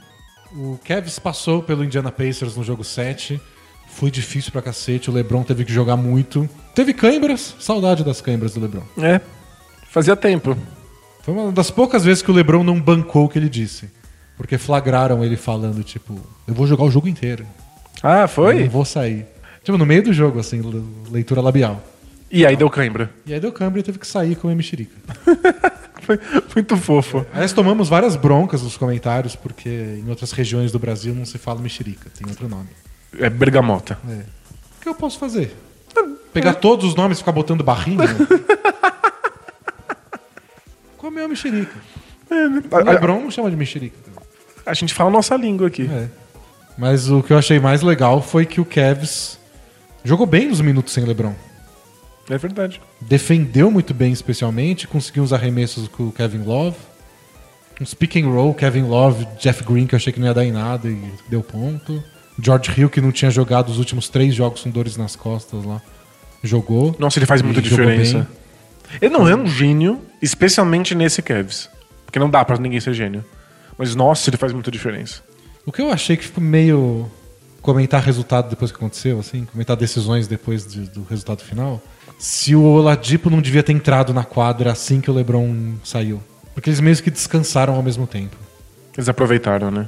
O Cavs passou pelo Indiana Pacers no jogo sete. Foi difícil pra cacete. O LeBron teve que jogar muito. Teve câimbras. Saudade das câimbras do LeBron. É, fazia tempo. Foi uma das poucas vezes que o LeBron não bancou o que ele disse. Porque flagraram ele falando, tipo, eu vou jogar o jogo inteiro. Ah, Eu não foi? vou sair. Tipo, no meio do jogo, assim, le- leitura labial. E aí deu cãibra. E aí deu câimbra e teve que sair com a mexerica. Foi muito fofo. Aliás, tomamos várias broncas nos comentários, porque em outras regiões do Brasil não se fala mexerica, tem outro nome. É bergamota. É. O que eu posso fazer? Pegar todos os nomes e ficar botando barrinho? Comeu a mexerica. O A, a- LeBron não chama de mexerica. a gente fala a nossa língua aqui. É. Mas o que eu achei mais legal foi que o Cavs jogou bem nos minutos sem LeBron. É verdade. Defendeu muito bem, especialmente. Conseguiu uns arremessos com o Kevin Love. Uns pick and roll, Kevin Love, Jeff Green, que eu achei que não ia dar em nada e deu ponto. George Hill, que não tinha jogado os últimos três jogos com dores nas costas lá. Jogou. Nossa, ele faz E muita jogou diferença. bem. Ele não é um gênio, especialmente nesse Cavs. Porque não dá pra ninguém ser gênio. Mas, nossa, ele faz muita diferença. O que eu achei que ficou meio... Comentar resultado depois que aconteceu, assim. Comentar decisões depois de- do resultado final. Se o Oladipo não devia ter entrado na quadra assim que o LeBron saiu. Porque eles meio que descansaram ao mesmo tempo. Eles aproveitaram, né?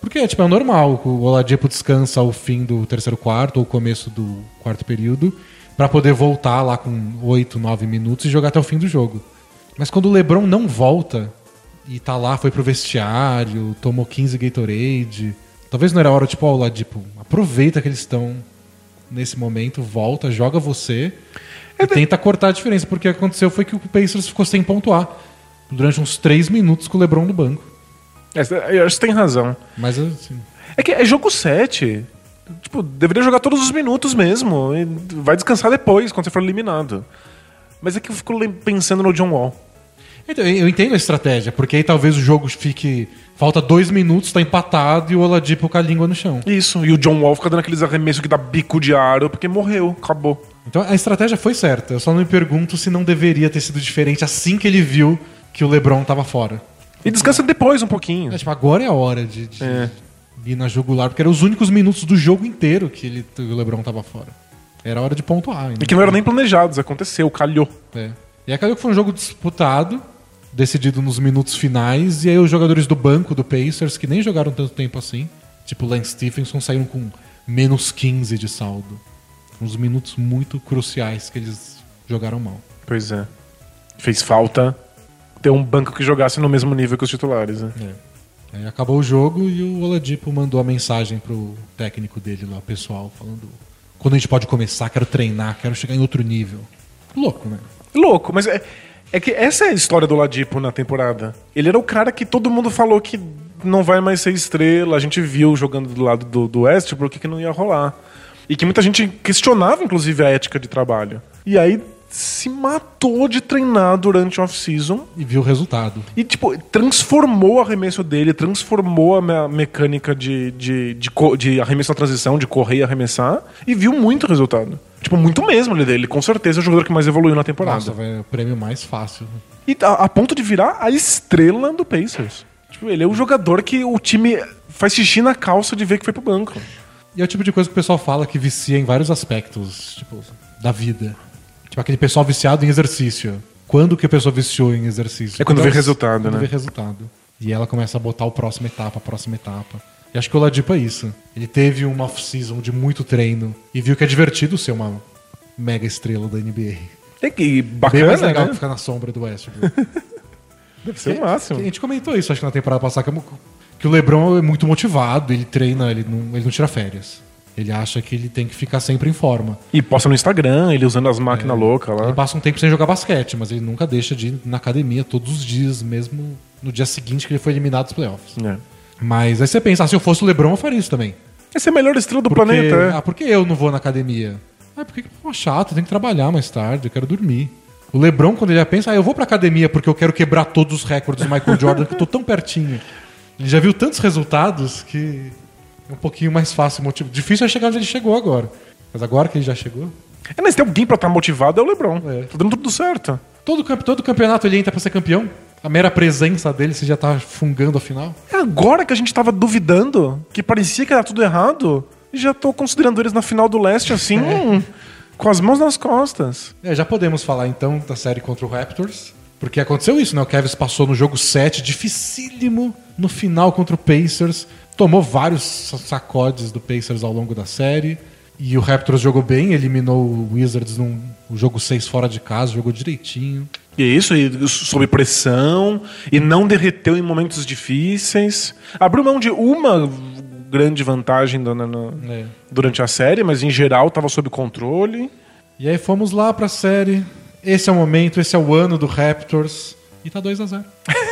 Porque tipo, é normal, o Oladipo descansa ao fim do terceiro quarto ou começo do quarto período pra poder voltar lá com oito, nove minutos e jogar até o fim do jogo. Mas quando o LeBron não volta e tá lá, foi pro vestiário, tomou quinze Gatorade, talvez não era hora, tipo, ó, Oladipo, aproveita que eles estão nesse momento, volta, joga você e é, tenta cortar a diferença, porque o que aconteceu foi que o Pacers ficou sem pontuar durante uns três minutos com o LeBron no banco. É, eu acho que você tem razão. Mas assim... É que é jogo sete. Tipo, deveria jogar todos os minutos mesmo. E vai descansar depois, quando você for eliminado. Mas é que eu fico pensando no John Wall. Então, eu entendo a estratégia, porque aí talvez o jogo fique... Falta dois minutos, tá empatado e o Oladipo com a língua no chão. Isso, e o John Wall fica dando aqueles arremessos que dá bico de aro, porque morreu, acabou. Então a estratégia foi certa. Eu só não me pergunto se não deveria ter sido diferente assim que ele viu que o LeBron tava fora. E descansa depois um pouquinho. É, tipo, agora é a hora de, de é. ir na jugular, porque eram os únicos minutos do jogo inteiro que ele, o LeBron tava fora. Era hora de pontuar. E que não eram nem planejados, aconteceu, calhou. É. E aí calhou que foi um jogo disputado, decidido nos minutos finais, e aí os jogadores do banco do Pacers, que nem jogaram tanto tempo assim, tipo o Lance Stephenson, saíram com menos quinze de saldo. Uns minutos muito cruciais que eles jogaram mal. Pois é. Fez falta ter um banco que jogasse no mesmo nível que os titulares, né? É. Aí acabou o jogo e o Oladipo mandou a mensagem pro técnico dele lá, pessoal, falando: quando a gente pode começar, quero treinar, quero chegar em outro nível. Louco, né? Louco, mas é, é que essa é a história do Oladipo na temporada. Ele era o cara que todo mundo falou que não vai mais ser estrela, a gente viu jogando do lado do, do Westbrook que não ia rolar. E que muita gente questionava, inclusive, a ética de trabalho. E aí se matou de treinar durante o off-season. E viu o resultado. E, tipo, transformou o arremesso dele, transformou a me- mecânica de, de, de, co- de arremesso na transição, de correr e arremessar, e viu muito resultado. Tipo, muito mesmo ele dele. Com certeza é o jogador que mais evoluiu na temporada. Nossa, é o prêmio mais fácil. E a, a ponto de virar a estrela do Pacers. Tipo, ele é o jogador que o time faz xixi na calça de ver que foi pro banco. E é o tipo de coisa que o pessoal fala que vicia em vários aspectos, tipo, da vida. Tipo, aquele pessoal viciado em exercício. Quando que a pessoa viciou em exercício? É quando vê ela- resultado, quando né? vê resultado. E ela começa a botar a próxima etapa, a próxima etapa. E acho que o Oladipo é isso. Ele teve uma off-season de muito treino e viu que é divertido ser uma mega estrela da N B A. É que Bem bacana, mais legal né? que ficar na sombra do Westbrook. Deve ser o máximo. A gente comentou isso, acho que na temporada passada, que, que o LeBron é muito motivado, ele treina, ele não, ele não tira férias. Ele acha que ele tem que ficar sempre em forma. E posta no Instagram, ele usando as máquinas loucas lá. Ele passa um tempo sem jogar basquete, mas ele nunca deixa de ir na academia todos os dias, mesmo no dia seguinte que ele foi eliminado dos playoffs. É. Mas aí você pensa, ah, se eu fosse o LeBron, eu faria isso também. Essa é a melhor estrela do Porque, planeta, é. ah, por que eu não vou na academia? Ah, porque é chato, eu tenho que trabalhar mais tarde, eu quero dormir. O LeBron, quando ele já pensa, ah, eu vou pra academia porque eu quero quebrar todos os recordes do Michael Jordan, que eu tô tão pertinho. Ele já viu tantos resultados que é um pouquinho mais fácil. Motiv... Difícil é chegar onde ele chegou agora. Mas agora que ele já chegou... É, mas se tem alguém pra estar motivado é o LeBron. É. Tá dando tudo certo. Todo, campe... Todo campeonato ele entra pra ser campeão. A mera presença dele, você já tá fungando a final. É agora que a gente tava duvidando, que parecia que era tudo errado, e já tô considerando eles na final do leste assim, hum, com as mãos nas costas. É, já podemos falar então da série contra o Raptors. Porque aconteceu isso, né? O Cavs passou no jogo sete, dificílimo, no final contra o Pacers. Tomou vários sacodes do Pacers ao longo da série. E o Raptors jogou bem, eliminou o Wizards no jogo seis fora de casa, jogou direitinho. E isso, e sob pressão, e não derreteu em momentos difíceis. Abriu mão de uma grande vantagem do- no- no- É. durante a série, mas em geral estava sob controle. E aí fomos lá pra série. Esse é o momento, esse é o ano do Raptors. E tá dois a zero.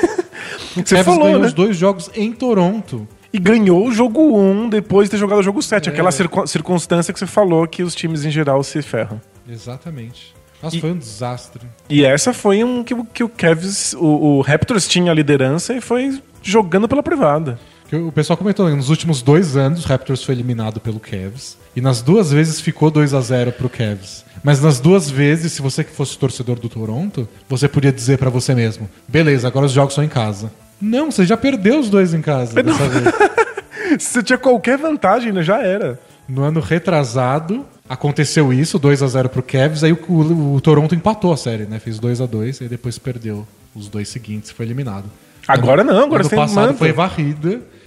O Você Cavs falou, ganhou né? os dois jogos em Toronto. E ganhou o jogo um depois de ter jogado o jogo sete. É. Aquela circun- circunstância que você falou que os times em geral se ferram. Exatamente. Nossa, E- foi um desastre. E essa foi um que, o- que o Cavs, o, o Raptors tinha a liderança e foi jogando pela privada. Que o pessoal comentou, né? Nos últimos dois anos, o Raptors foi eliminado pelo Cavs. E nas duas vezes ficou dois a zero pro Cavs. Mas nas duas vezes, se você que fosse torcedor do Toronto, você podia dizer pra você mesmo: beleza, agora os jogos são em casa. Não, você já perdeu os dois em casa dessa vez. Se você tinha qualquer vantagem, né, já era. No ano retrasado, aconteceu isso, dois a zero pro Cavs. Aí o, o- o Toronto empatou a série, né? Fez dois a dois e depois perdeu os dois seguintes e foi eliminado. Agora não, agora ano você passado manda. foi varrida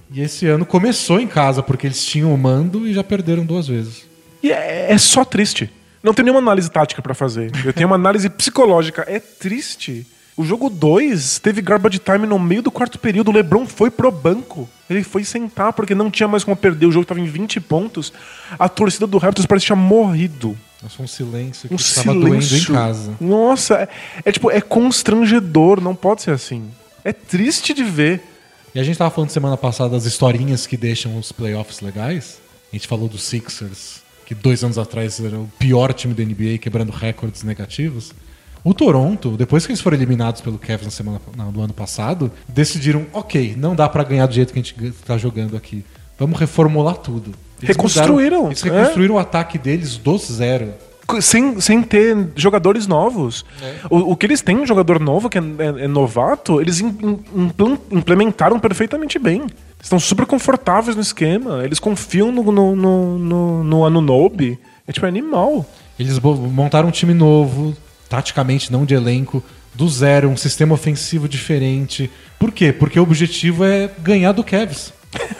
E esse ano começou em casa, porque eles tinham o mando e já perderam duas vezes. E é, é só triste. Não tem nenhuma análise tática pra fazer. Eu tenho uma análise psicológica. É triste. O jogo dois teve garbage time no meio do quarto período. O LeBron foi pro banco. Ele foi sentar porque não tinha mais como perder. O jogo tava em vinte pontos. A torcida do Raptors parece que tinha morrido. Nossa, um silêncio que Um estava doendo em silêncio. casa. Nossa, é, é tipo, é constrangedor. Não pode ser assim. É triste de ver. E a gente tava falando semana passada das historinhas que deixam os playoffs legais. A gente falou dos Sixers, que dois anos atrás era o pior time da N B A, quebrando recordes negativos. O Toronto, depois que eles foram eliminados pelo Cavs na semana não, do ano passado, decidiram, ok, não dá pra ganhar do jeito que a gente tá jogando aqui. Vamos reformular tudo. Eles Reconstruíram, mudaram, eles reconstruíram é. o ataque deles do zero. Sem, sem ter jogadores novos. É. O, o que eles têm, um jogador novo, que é, é, é novato, eles im, im, implementaram perfeitamente bem. Estão super confortáveis no esquema. Eles confiam no, no, no, no, no Anunoby. É tipo, é animal. Eles montaram um time novo, taticamente, não de elenco, do zero, um sistema ofensivo diferente. Por quê? Porque o objetivo é ganhar do Cavs.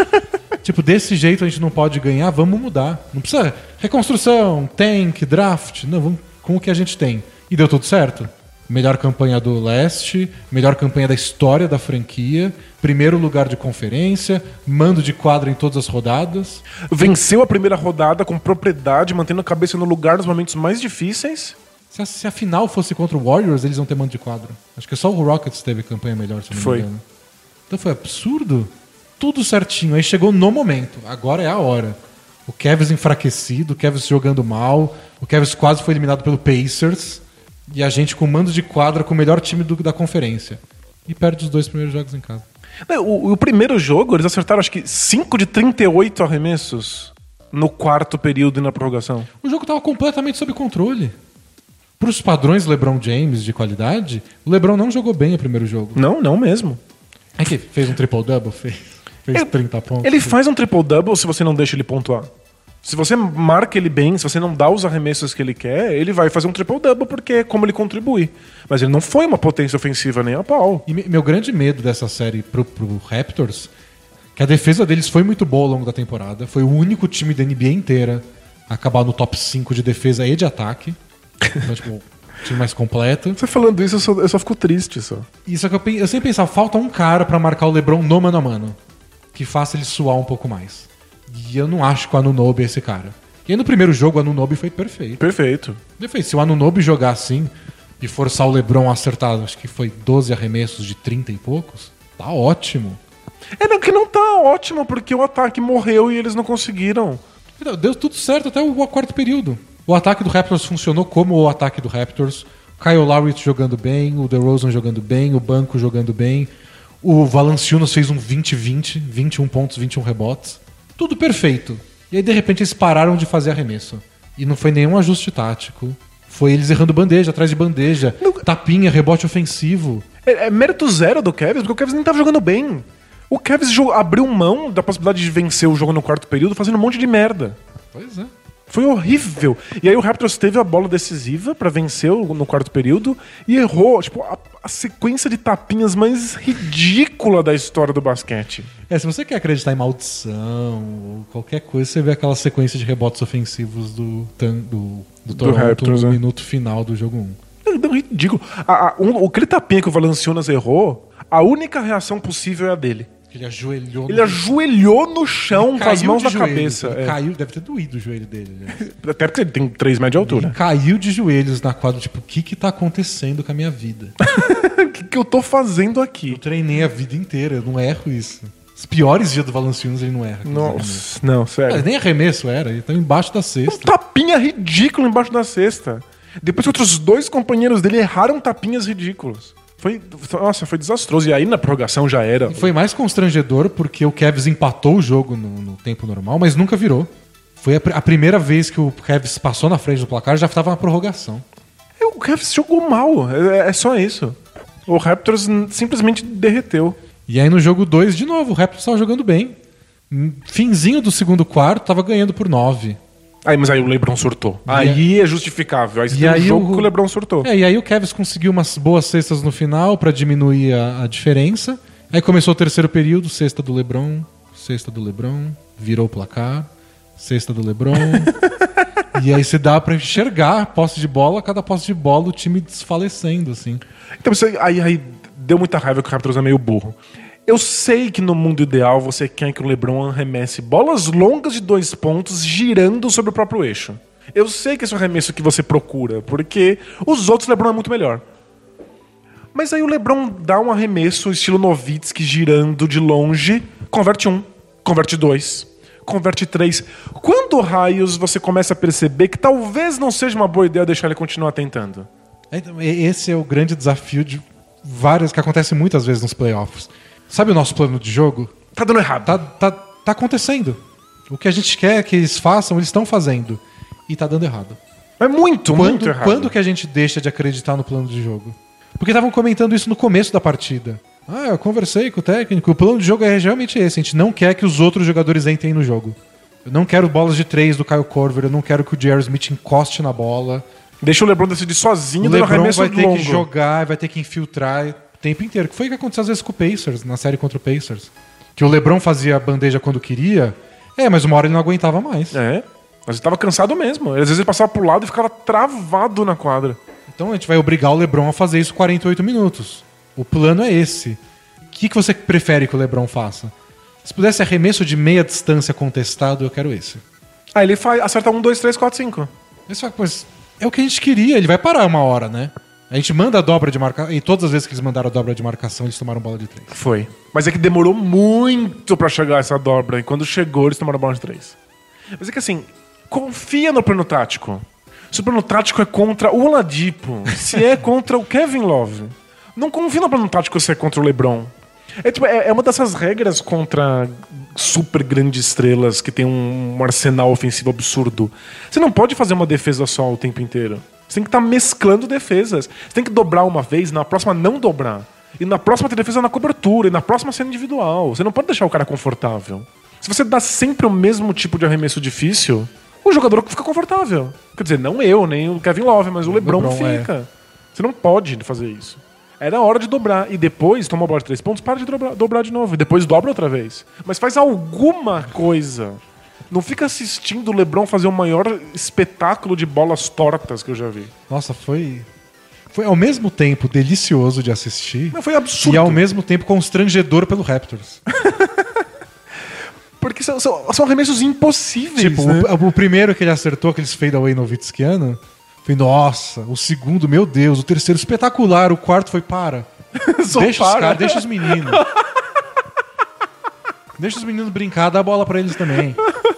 Tipo, desse jeito a gente não pode ganhar, vamos mudar. Não precisa reconstrução, tank, draft. Não, vamos com o que a gente tem. E deu tudo certo. Melhor campanha do leste, melhor campanha da história da franquia, primeiro lugar de conferência, mando de quadra em todas as rodadas. Venceu a primeira rodada com propriedade, mantendo a cabeça no lugar nos momentos mais difíceis. Se a, se a final fosse contra o Warriors, eles iam ter mando de quadra. Acho que só o Rockets teve campanha melhor, se não Foi. me engano. Então foi absurdo. Tudo certinho. Aí chegou no momento. Agora é a hora. O Cavs enfraquecido, o Cavs jogando mal, o Cavs quase foi eliminado pelo Pacers. E a gente com mando de quadra com o melhor time do, da conferência. E perde os dois primeiros jogos em casa. O, o primeiro jogo, eles acertaram acho que cinco de trinta e oito arremessos no quarto período e na prorrogação. O jogo estava completamente sob controle. Para os padrões LeBron James de qualidade, o LeBron não jogou bem o primeiro jogo. Não, não mesmo. É que fez um triple-double, fez, fez Ele- trinta pontos. Ele faz um triple-double se você não deixa ele pontuar. Se você marca ele bem, se você não dá os arremessos que ele quer, ele vai fazer um triple-double porque é como ele contribui. Mas ele não foi uma potência ofensiva nem a pau. E me- meu grande medo dessa série pro, pro Raptors, que a defesa deles foi muito boa ao longo da temporada, foi o único time da N B A inteira a acabar no top cinco de defesa e de ataque. Então, tipo, o time mais completo. Você falando isso, eu só, eu só fico triste só. Isso é que eu, pen- eu sempre pensava, falta um cara pra marcar o LeBron no mano a mano, que faça ele suar um pouco mais. E eu não acho que o Anunoby é esse cara. E aí no primeiro jogo o Anunoby foi perfeito. Perfeito. Ele fez, se o Anunoby jogar assim e forçar o LeBron a acertar, acho que foi doze arremessos de trinta e poucos, tá ótimo. É não, que não tá ótimo, porque o ataque morreu e eles não conseguiram. Então, deu tudo certo até o quarto período. O ataque do Raptors funcionou como o ataque do Raptors. O Kyle Lowry jogando bem, o DeRozan jogando bem, o banco jogando bem. O Valanciunas fez um vinte vinte, vinte e um pontos, vinte e um rebotes. Tudo perfeito. E aí, de repente, eles pararam de fazer arremesso. E não foi nenhum ajuste tático. Foi eles errando bandeja, atrás de bandeja. Não- Tapinha, rebote ofensivo. É, é mérito zero do Cavs, porque o Cavs nem tava jogando bem. O Cavs jo- abriu mão da possibilidade de vencer o jogo no quarto período fazendo um monte de merda. Pois é. Foi horrível. E aí o Raptors teve a bola decisiva pra vencer o- no quarto período e errou, tipo, a, a sequência de tapinhas mais ridícula da história do basquete. É, se você quer acreditar em maldição ou qualquer coisa, você vê aquela sequência de rebotes ofensivos do, Tan- do, do Toronto Raptors, no é. minuto final do jogo um. É é ridículo. A, a, um, aquele tapinha que o Valanciunas errou, a única reação possível é a dele. Ele ajoelhou. Ele ajoelhou no chão Ele com as caiu mãos de na joelhos. cabeça. Ele é. caiu, deve ter doído o joelho dele. Né? Até porque ele tem três metros de altura. Ele caiu de joelhos na quadra, tipo, o que que tá acontecendo com a minha vida? O que, que eu tô fazendo Eu aqui? treinei a vida inteira, eu não erro isso. Os piores dias do Valanciunas ele não erra. aqueles arremessos. Nossa, não, sério. Mas nem arremesso era, ele tava embaixo da Um cesta. tapinha ridículo embaixo da cesta. Depois que outros dois companheiros dele erraram tapinhas ridículos. Foi, nossa, foi desastroso. E aí na prorrogação já era. E foi mais constrangedor porque o Cavs empatou o jogo no, no tempo normal, mas nunca virou. Foi a, pr- a primeira vez que o Cavs passou na frente do placar, já estava na prorrogação. O Cavs jogou mal. É, é só isso. O Raptors n- simplesmente derreteu. E aí no jogo dois, de novo, o Raptors estava jogando bem. Hum, Finzinho do segundo quarto, estava ganhando por nove. Aí, mas aí o LeBron surtou. Aí é justificável. Aí você E tem um aí jogo o- que o LeBron surtou. É, e aí o Cavs conseguiu umas boas cestas no final para diminuir a, a diferença. Aí começou o terceiro período, cesta do LeBron, cesta do LeBron, virou o placar, cesta do LeBron. E aí se dá pra enxergar posse de bola, cada posse de bola o time desfalecendo, assim. Então você, aí, aí deu muita raiva que o Raptors é meio burro. Eu sei que no mundo ideal você quer que o LeBron arremesse bolas longas de dois pontos girando sobre o próprio eixo. Eu sei que esse é o arremesso que você procura, porque os outros LeBron é muito melhor. Mas aí o LeBron dá um arremesso estilo Nowitzki girando de longe, converte um, converte dois, converte três. Quando raios você começa a perceber que talvez não seja uma boa ideia deixar ele continuar tentando? Esse é o grande desafio de várias que acontece muitas vezes nos playoffs. Sabe o nosso plano de jogo? Tá dando errado. Tá, tá, tá acontecendo. O que a gente quer que eles façam, eles estão fazendo. E tá dando errado. É muito, quando, muito errado. Quando que a gente deixa de acreditar no plano de jogo? Porque estavam comentando isso no começo da partida. Ah, eu conversei com o técnico. O plano de jogo é realmente esse. A gente não quer que os outros jogadores entrem no jogo. Eu não quero bolas de três do Kyle Korver. Eu não quero que o J R. Smith encoste na bola. Deixa o LeBron decidir sozinho. O dando LeBron arremesso vai ter longo. que jogar, vai ter que infiltrar o tempo inteiro. Que foi o que aconteceu às vezes com o Pacers, na série contra o Pacers. Que o LeBron fazia a bandeja quando queria. É, mas uma hora ele não aguentava mais. É, mas ele tava cansado mesmo. Às vezes ele passava pro lado e ficava travado na quadra. Então a gente vai obrigar o LeBron a fazer isso quarenta e oito minutos. O plano é esse. O que, que você prefere que o LeBron faça? Se pudesse arremesso de meia distância contestado, eu quero esse. Aí ele faz, acerta um, dois, três, quatro, cinco. Esse fala, pois, é o que a gente queria, ele vai parar uma hora, né? A gente manda a dobra de marcação, e todas as vezes que eles mandaram a dobra de marcação, eles tomaram bola de três. Foi. Mas é que demorou muito pra chegar essa dobra, e quando chegou, eles tomaram bola de três. Mas é que assim, confia no plano tático. Se o plano tático é contra o Oladipo, se é contra o Kevin Love, não confia no plano tático se é contra o LeBron. É, tipo, é, é uma dessas regras contra super grandes estrelas que tem um, um arsenal ofensivo absurdo. Você não pode fazer uma defesa só o tempo inteiro. Você tem que estar tá mesclando defesas. Você tem que dobrar uma vez, na próxima não dobrar. E na próxima ter defesa na cobertura, e na próxima ser individual. Você não pode deixar o cara confortável. Se você dá sempre o mesmo tipo de arremesso difícil, o jogador fica confortável. Quer dizer, não eu, nem o Kevin Love, mas o LeBron, LeBron fica. É. Você não pode fazer isso. Era hora de dobrar. E depois, toma a bola de três pontos, para de dobrar, dobrar de novo. E depois dobra outra vez. Mas faz alguma coisa. Não fica assistindo o LeBron fazer o maior espetáculo de bolas tortas que eu já vi. Nossa, foi... Foi ao mesmo tempo delicioso de assistir. Não, foi absurdo. E ao mesmo tempo constrangedor pelo Raptors. Porque são, são, são arremessos impossíveis, tipo, né? o, o primeiro que ele acertou, aqueles fadeaway novitskiano, foi nossa. O segundo, meu Deus. O terceiro, espetacular. O quarto foi para. Deixa para. os caras, deixa os meninos. Deixa os meninos brincar, dá a bola pra eles também.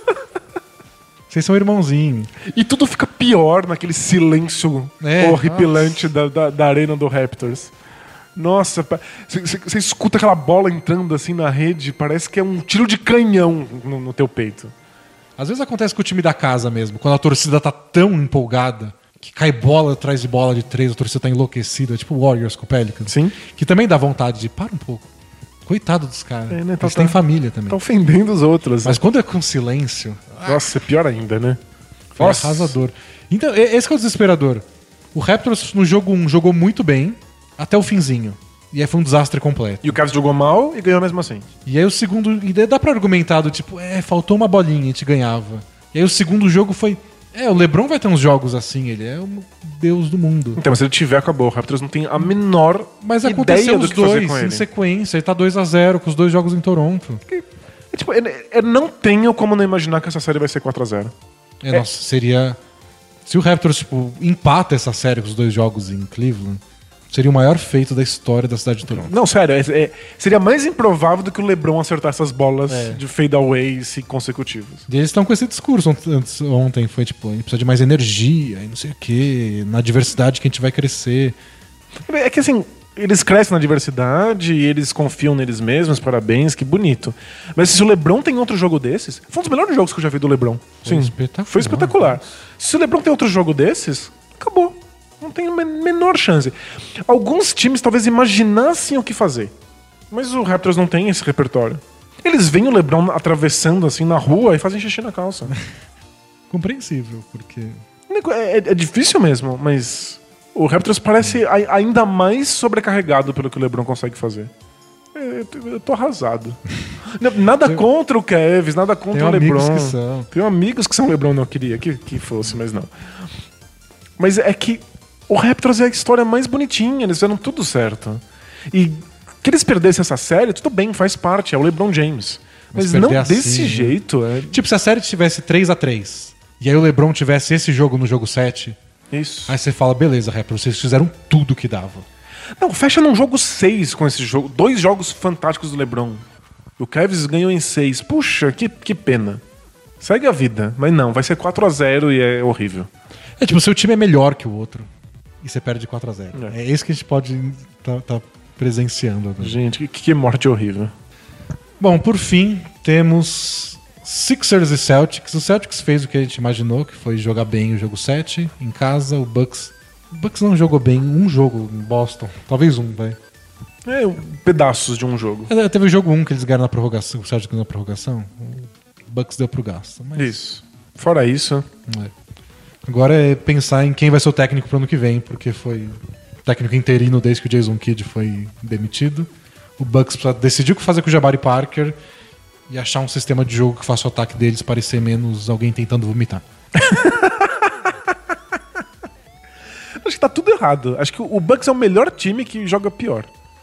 Vocês são irmãozinhos. E tudo fica pior naquele silêncio é, horripilante da, da, da arena do Raptors. Nossa, você escuta aquela bola entrando assim na rede, parece que é um tiro de canhão no, no teu peito. Às vezes acontece com o time da casa mesmo, quando a torcida tá tão empolgada que cai bola atrás de bola de três, a torcida tá enlouquecida, tipo o Warriors com o Pelicans. Sim. Que também dá vontade de, para um pouco. Coitado dos caras. É, né? Eles tá, têm família também. Tá ofendendo os outros. Mas né? Quando é com silêncio... Nossa, é pior ainda, né? Foi Nossa. Arrasador. Então, esse que é o desesperador. O Raptors no jogo um jogou muito bem até o finzinho. E aí foi um desastre completo. E o Cavs jogou mal e ganhou mesmo assim. E aí o segundo... E daí dá pra argumentar do tipo, é, faltou uma bolinha, a gente ganhava. E aí o segundo jogo foi... É, o LeBron vai ter uns jogos assim, ele é o deus do mundo. Então, mas se ele tiver, acabou. O Raptors não tem a menor mas ideia aconteceu do os que dois fazer com em ele. sequência, ele tá dois a zero com os dois jogos em Toronto. É, é, tipo, eu, eu não tenho como não imaginar que essa série vai ser quatro a zero. É, é. Nossa, seria... Se o Raptors, tipo, empata essa série com os dois jogos em Cleveland, seria o maior feito da história da cidade de Toronto. Não, sério, é, é, seria mais improvável do que o LeBron acertar essas bolas é. de fadeaways consecutivos. E eles estão com esse discurso antes, ontem, foi tipo, a gente precisa de mais energia e não sei o quê, na diversidade que a gente vai crescer. É que assim, eles crescem na diversidade e eles confiam neles mesmos, parabéns, que bonito. Mas se o LeBron tem outro jogo desses, foi um dos melhores jogos que eu já vi do LeBron. Foi Sim, espetacular. Foi espetacular. Se o LeBron tem outro jogo desses, acabou. Não tem a menor chance. Alguns times talvez imaginassem o que fazer. Mas o Raptors não tem esse repertório. Eles veem o LeBron atravessando assim na rua e fazem xixi na calça. Compreensível, porque... É, é, é difícil mesmo, mas... O Raptors parece a, ainda mais sobrecarregado pelo que o LeBron consegue fazer. Eu, eu tô arrasado. Não, nada contra o Cavs, nada contra o amigos LeBron. que são. Tenho amigos que são LeBron, não queria que, que fosse, mas não. Mas é que o Raptors é a história mais bonitinha, eles fizeram tudo certo. E que eles perdessem essa série, tudo bem, faz parte, é o LeBron James. Mas, Mas não perder desse assim, jeito. É... Tipo, se a série tivesse três a três e aí o LeBron tivesse esse jogo no jogo sete, Isso. aí você fala, beleza, Raptors, vocês fizeram tudo que dava. Não, fecha num jogo seis com esse jogo. Dois jogos fantásticos do LeBron. O Cavs ganhou em seis. Puxa, que, que pena. Segue a vida. Mas não, vai ser quatro a zero e é horrível. É tipo, seu time é melhor que o outro e você perde de quatro a zero. É, É. é isso que a gente pode tá, tá presenciando agora. Gente, que, que morte horrível. Bom, por fim, temos Sixers e Celtics. O Celtics fez o que a gente imaginou, que foi jogar bem o jogo sete em casa. O Bucks... O Bucks não jogou bem um jogo em Boston. Talvez um, vai. É, pedaços de um jogo. É, teve o jogo um que eles ganharam na prorrogação. O Celtics ganhou na prorrogação. O Bucks deu pro gasto. Mas, Isso. Fora isso... é. Agora é pensar em quem vai ser o técnico pro ano que vem, porque foi técnico interino desde que o Jason Kidd foi demitido. O Bucks precisa decidir o que fazer com o Jabari Parker e achar um sistema de jogo que faça o ataque deles parecer menos alguém tentando vomitar. Acho que tá tudo errado. Acho que o Bucks é o melhor time que joga pior.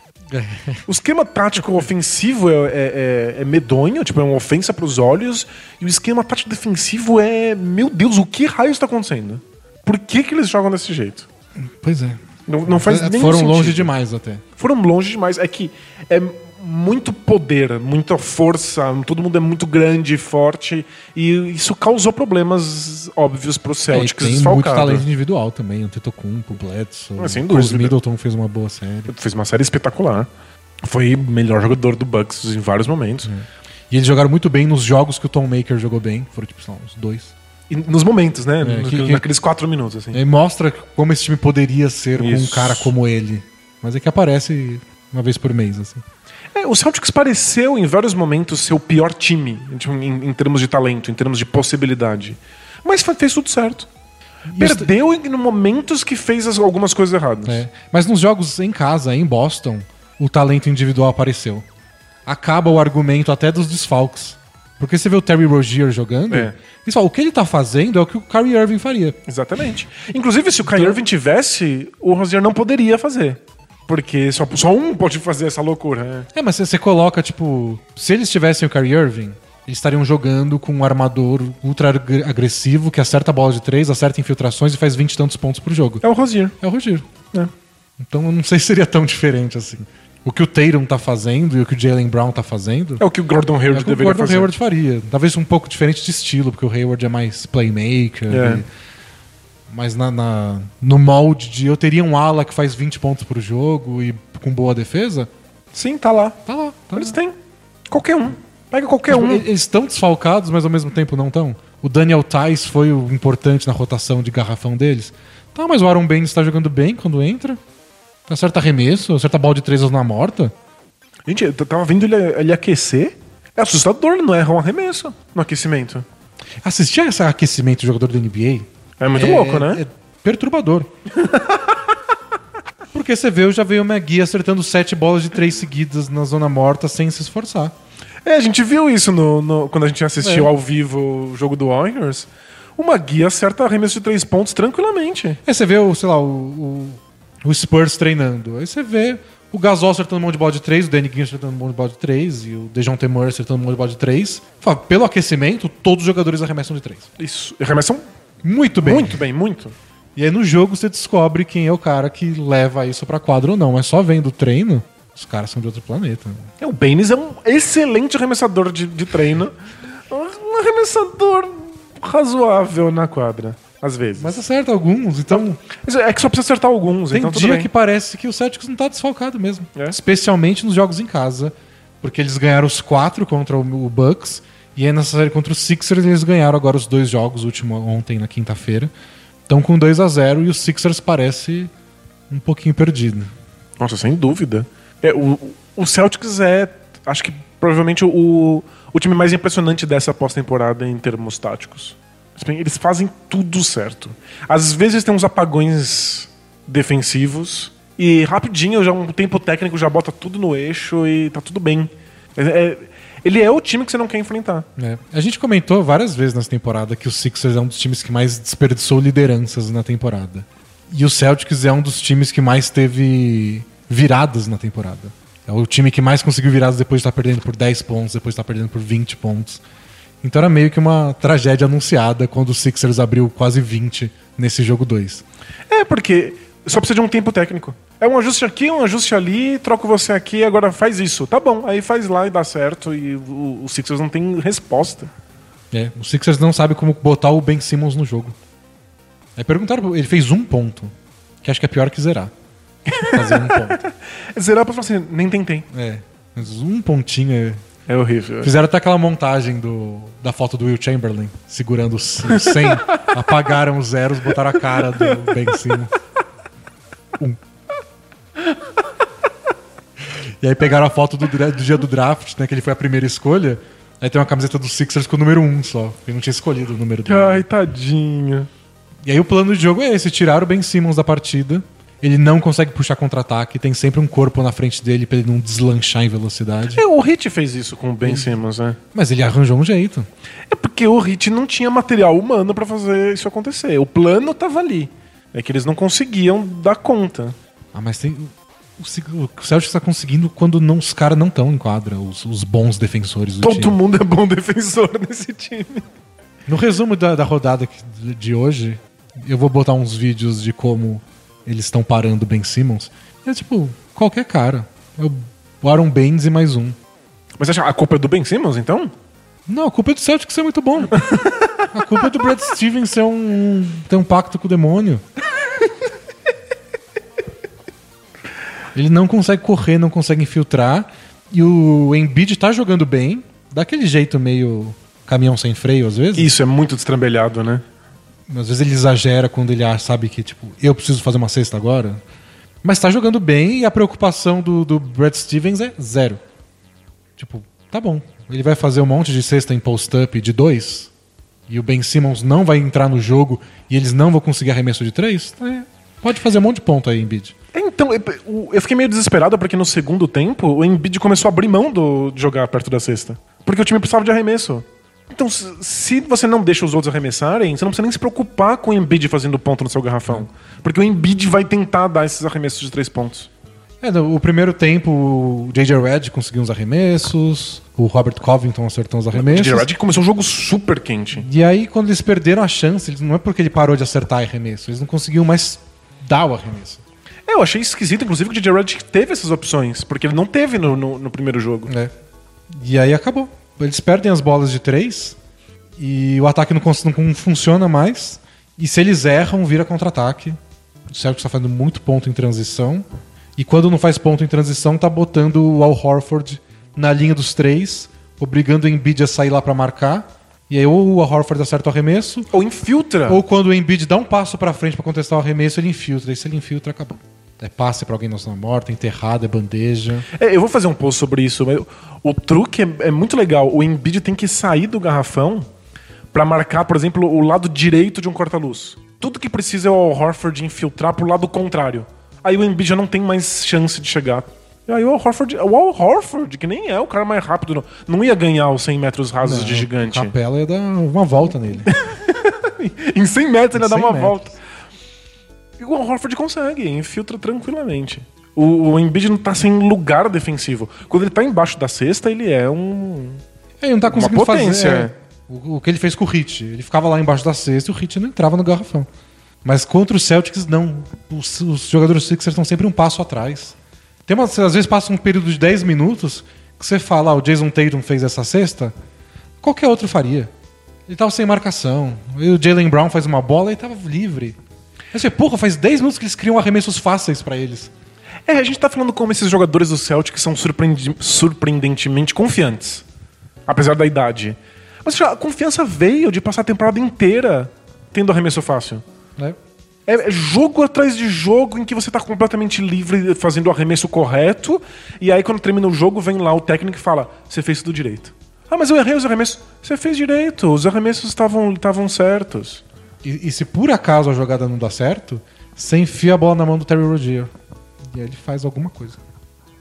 O esquema tático ofensivo é, é, é, é medonho, tipo, é uma ofensa pros olhos. E o esquema tático defensivo é... Meu Deus, o que raio está acontecendo? Por que que eles jogam desse jeito? Pois é. Não, não faz nem Foram sentido. longe demais até. Foram longe demais. É que é muito poder, muita força, todo mundo é muito grande e forte. E isso causou problemas óbvios pro É, e Celtics tem muito desfalcado. talento individual também. O Antetokounmpo, o Bledsoe, Ah, sem o Chris dúvida. Middleton fez uma boa série. Fez uma série espetacular. Foi o melhor jogador do Bucks em vários momentos. E eles jogaram muito bem nos jogos que o Tom Maker jogou bem. Foram tipo, sei lá, uns dois. E nos momentos, né? É, Naqueles, que- que- naqueles quatro minutos, assim. E mostra como esse time poderia ser com um Isso. cara como ele. Mas é que aparece uma vez por mês, assim. É, o Celtics pareceu, em vários momentos, ser o pior time tipo, em, em termos de talento, em termos de possibilidade. Mas fe- fez tudo certo. Perdeu em momentos que fez as- algumas coisas erradas. É. Mas nos jogos em casa, em Boston, o talento individual apareceu. Acaba o argumento até dos desfalques. Porque você vê o Terry Rozier jogando, É. e você fala, o que ele tá fazendo é o que o Kyrie Irving faria. Exatamente. Inclusive, se o Kyrie Irving tivesse, o Rozier não poderia fazer. Porque só, só um pode fazer essa loucura. né? É, mas você- você coloca, tipo... Se eles tivessem o Kyrie Irving, eles estariam jogando com um armador ultra agre- agressivo que acerta a bola de três, acerta infiltrações e faz vinte e tantos pontos por jogo. É o Rozier. É o Rozier. É. Então eu não sei se seria tão diferente assim. O que o Tatum tá fazendo e o que o Jaylen Brown tá fazendo É o que o Gordon é Hayward o que o deveria Gordon fazer. Hayward faria. Talvez um pouco diferente de estilo, porque o Hayward é mais playmaker. É. e- Mas na, na- no molde de eu teria um ala que faz vinte pontos por jogo e com boa defesa, Sim, tá lá. tá lá. Tá Eles lá. têm. Qualquer um. Pega qualquer um. Eles estão desfalcados, mas ao mesmo tempo não estão. O Daniel Tice foi o importante na rotação de garrafão deles. Tá, mas o Aaron Baines tá jogando bem quando entra. Acerta arremesso, acerta a bola de três na morta. Gente, eu tava vendo ele, ele aquecer. É assustador, ele não erra um arremesso no aquecimento. Assistir a esse aquecimento do jogador da N B A É muito louco, né? é perturbador. Porque você vê, eu já veio o McGee acertando sete bolas de três seguidas na zona morta sem se esforçar. É, a gente viu isso no, no- quando a gente assistiu É. ao vivo o jogo do Warriors. Uma guia acerta arremesso de três pontos tranquilamente. Aí você vê, o, sei lá, o, o, o Spurs treinando. Aí você vê o Gasol acertando um monte de bola de três, o Danny Green acertando um monte de bola de três e o DeJounte Murray acertando um monte de bola de três. Fala, pelo aquecimento, todos os jogadores arremessam de três. Isso. E arremessam Muito bem. muito bem, muito. E aí no jogo você descobre quem é o cara que leva isso pra quadra ou não. Mas só vendo o treino, os caras são de outro planeta. É, o Baines é um excelente arremessador de, de treino. Um arremessador razoável na quadra, às vezes. Mas acerta alguns, então... É que só precisa acertar alguns, Tem então tudo dia bem. que parece que o Celtics não tá desfalcado mesmo. É? Especialmente nos jogos em casa. Porque eles ganharam os quatro contra o o Bucks. E aí nessa série contra os Sixers eles ganharam agora os dois jogos, o último ontem na quinta-feira. Estão com dois a zero e o Sixers parece um pouquinho perdido. Nossa, sem dúvida. É, o, o Celtics é, acho que provavelmente o, o time mais impressionante dessa pós-temporada em termos táticos. Eles fazem tudo certo. Às vezes tem uns apagões defensivos e rapidinho, já um tempo técnico já bota tudo no eixo e tá tudo bem. É, é, Ele é o time que você não quer enfrentar. É. A gente comentou várias vezes nessa temporada que o Sixers é um dos times que mais desperdiçou lideranças na temporada. E o Celtics é um dos times que mais teve viradas na temporada. É o time que mais conseguiu viradas depois de estar perdendo por dez pontos, depois de estar perdendo por vinte pontos. Então era meio que uma tragédia anunciada quando o Sixers abriu quase vinte nesse jogo dois. É, porque só precisa de um tempo técnico. É um ajuste aqui, um ajuste ali, troco você aqui, agora faz isso. Tá bom, aí faz lá e dá certo. E o, o Sixers não tem resposta. É, o Sixers não sabe como botar o Ben Simmons no jogo. Aí perguntaram, ele fez um ponto, que acho que é pior que zerar. Fazer um ponto. Zerar pra falar assim, nem tentei. É, mas um pontinho é... É horrível. Fizeram até aquela montagem do, da foto do Will Chamberlain, segurando o cem, apagaram os zeros, botaram a cara do Ben Simmons. Um. E aí pegaram a foto do, do dia do draft, né, que ele foi a primeira escolha, aí tem uma camiseta do Sixers com o número um só, ele não tinha escolhido o número dele. Ai, tadinho. E aí o plano de jogo é esse, tirar o Ben Simmons da partida. Ele não consegue puxar contra-ataque, tem sempre um corpo na frente dele pra ele não deslanchar em velocidade. É, o Heat fez isso com o Ben Simmons, né? Mas ele arranjou um jeito. É porque o Heat não tinha material humano pra fazer isso acontecer. O plano tava ali. É que eles não conseguiam dar conta. Ah, mas tem... O Celtics tá conseguindo quando não, os caras não estão em quadra, os, os bons defensores do Todo time. mundo é bom defensor nesse time. No resumo da, da rodada de hoje, eu vou botar uns vídeos de como eles estão parando o Ben Simmons. É tipo, qualquer cara. É o Aaron Baines e mais um. Mas você acha que a culpa é do Ben Simmons, então? Não, a culpa é do Celtics ser muito bom. A culpa é do Brad Stevens ser um, ter um pacto com o demônio. Ele não consegue correr, não consegue infiltrar. E o Embiid tá jogando bem. Daquele jeito meio caminhão sem freio, às vezes. Isso, é muito destrambelhado, né? Às vezes ele exagera quando ele acha, sabe que, tipo, eu preciso fazer uma cesta agora. Mas tá jogando bem e a preocupação do, do Brad Stevens é zero. Tipo, tá bom. Ele vai fazer um monte de cesta em post-up de dois e o Ben Simmons não vai entrar no jogo e eles não vão conseguir arremesso de três. É, pode fazer um monte de ponto aí, Embiid. Então, eu fiquei meio desesperado porque no segundo tempo o Embiid começou a abrir mão do, de jogar perto da cesta. Porque o time precisava de arremesso. Então, se você não deixa os outros arremessarem, você não precisa nem se preocupar com o Embiid fazendo ponto no seu garrafão. Porque o Embiid vai tentar dar esses arremessos de três pontos. É, no o primeiro tempo, o J J Redick conseguiu uns arremessos, o Robert Covington acertou uns arremessos. O J J Redick começou um jogo super quente. E aí, quando eles perderam a chance, eles, não é porque ele parou de acertar arremesso, eles não conseguiam mais dar o arremesso. É, eu achei esquisito, inclusive, que o J J Redick teve essas opções, porque ele não teve no, no, no primeiro jogo. É. E aí acabou. Eles perdem as bolas de três e o ataque não, não funciona mais. E se eles erram, vira contra-ataque. O Celtics está fazendo muito ponto em transição. E quando não faz ponto em transição, tá botando o Al Horford na linha dos três, obrigando o Embiid a sair lá para marcar. E aí ou o Al Horford acerta o arremesso, ou infiltra. Ou quando o Embiid dá um passo para frente para contestar o arremesso, ele infiltra. E se ele infiltra, acabou. É passe pra alguém na zona morta, enterrado, é bandeja. É, eu vou fazer um post sobre isso, mas o truque é, é muito legal. O Embiid tem que sair do garrafão pra marcar, por exemplo, o lado direito de um corta-luz. Tudo que precisa é o Al Horford infiltrar pro lado contrário. Aí o Embiid já não tem mais chance de chegar. E aí o Al Horford, o Al Horford, que nem é o cara mais rápido, não, não ia ganhar os cem metros rasos não, de gigante. A Capela ia dar uma volta nele. Em cem metros ele ia dar uma metros. volta. E o Al Horford consegue, infiltra tranquilamente. O, o Embiid não tá sem lugar defensivo. Quando ele tá embaixo da cesta, ele é um... Ele não tá conseguindo uma potência. fazer é, o, o que ele fez com o Heat. Ele ficava lá embaixo da cesta e o Heat não entrava no garrafão. Mas contra o Celtics, não. Os, os jogadores do Sixers estão sempre um passo atrás. Tem uma, às vezes passa um período de dez minutos que você fala, ah, o Jason Tatum fez essa cesta, qualquer outro faria. Ele tava sem marcação. E o Jaylen Brown faz uma bola e tava livre. Aí você, porra, faz dez minutos que eles criam arremessos fáceis pra eles. É, a gente tá falando como esses jogadores do Celtics são surpreend- surpreendentemente confiantes. Apesar da idade. Mas a confiança veio de passar a temporada inteira tendo arremesso fácil. É. É jogo atrás de jogo em que você tá completamente livre fazendo o arremesso correto. E aí quando termina o jogo, vem lá o técnico e fala, você fez tudo direito. Ah, mas eu errei os arremessos. Você fez direito, os arremessos estavam certos. E, e se por acaso a jogada não dá certo, você enfia a bola na mão do Terry Rozier. E aí ele faz alguma coisa.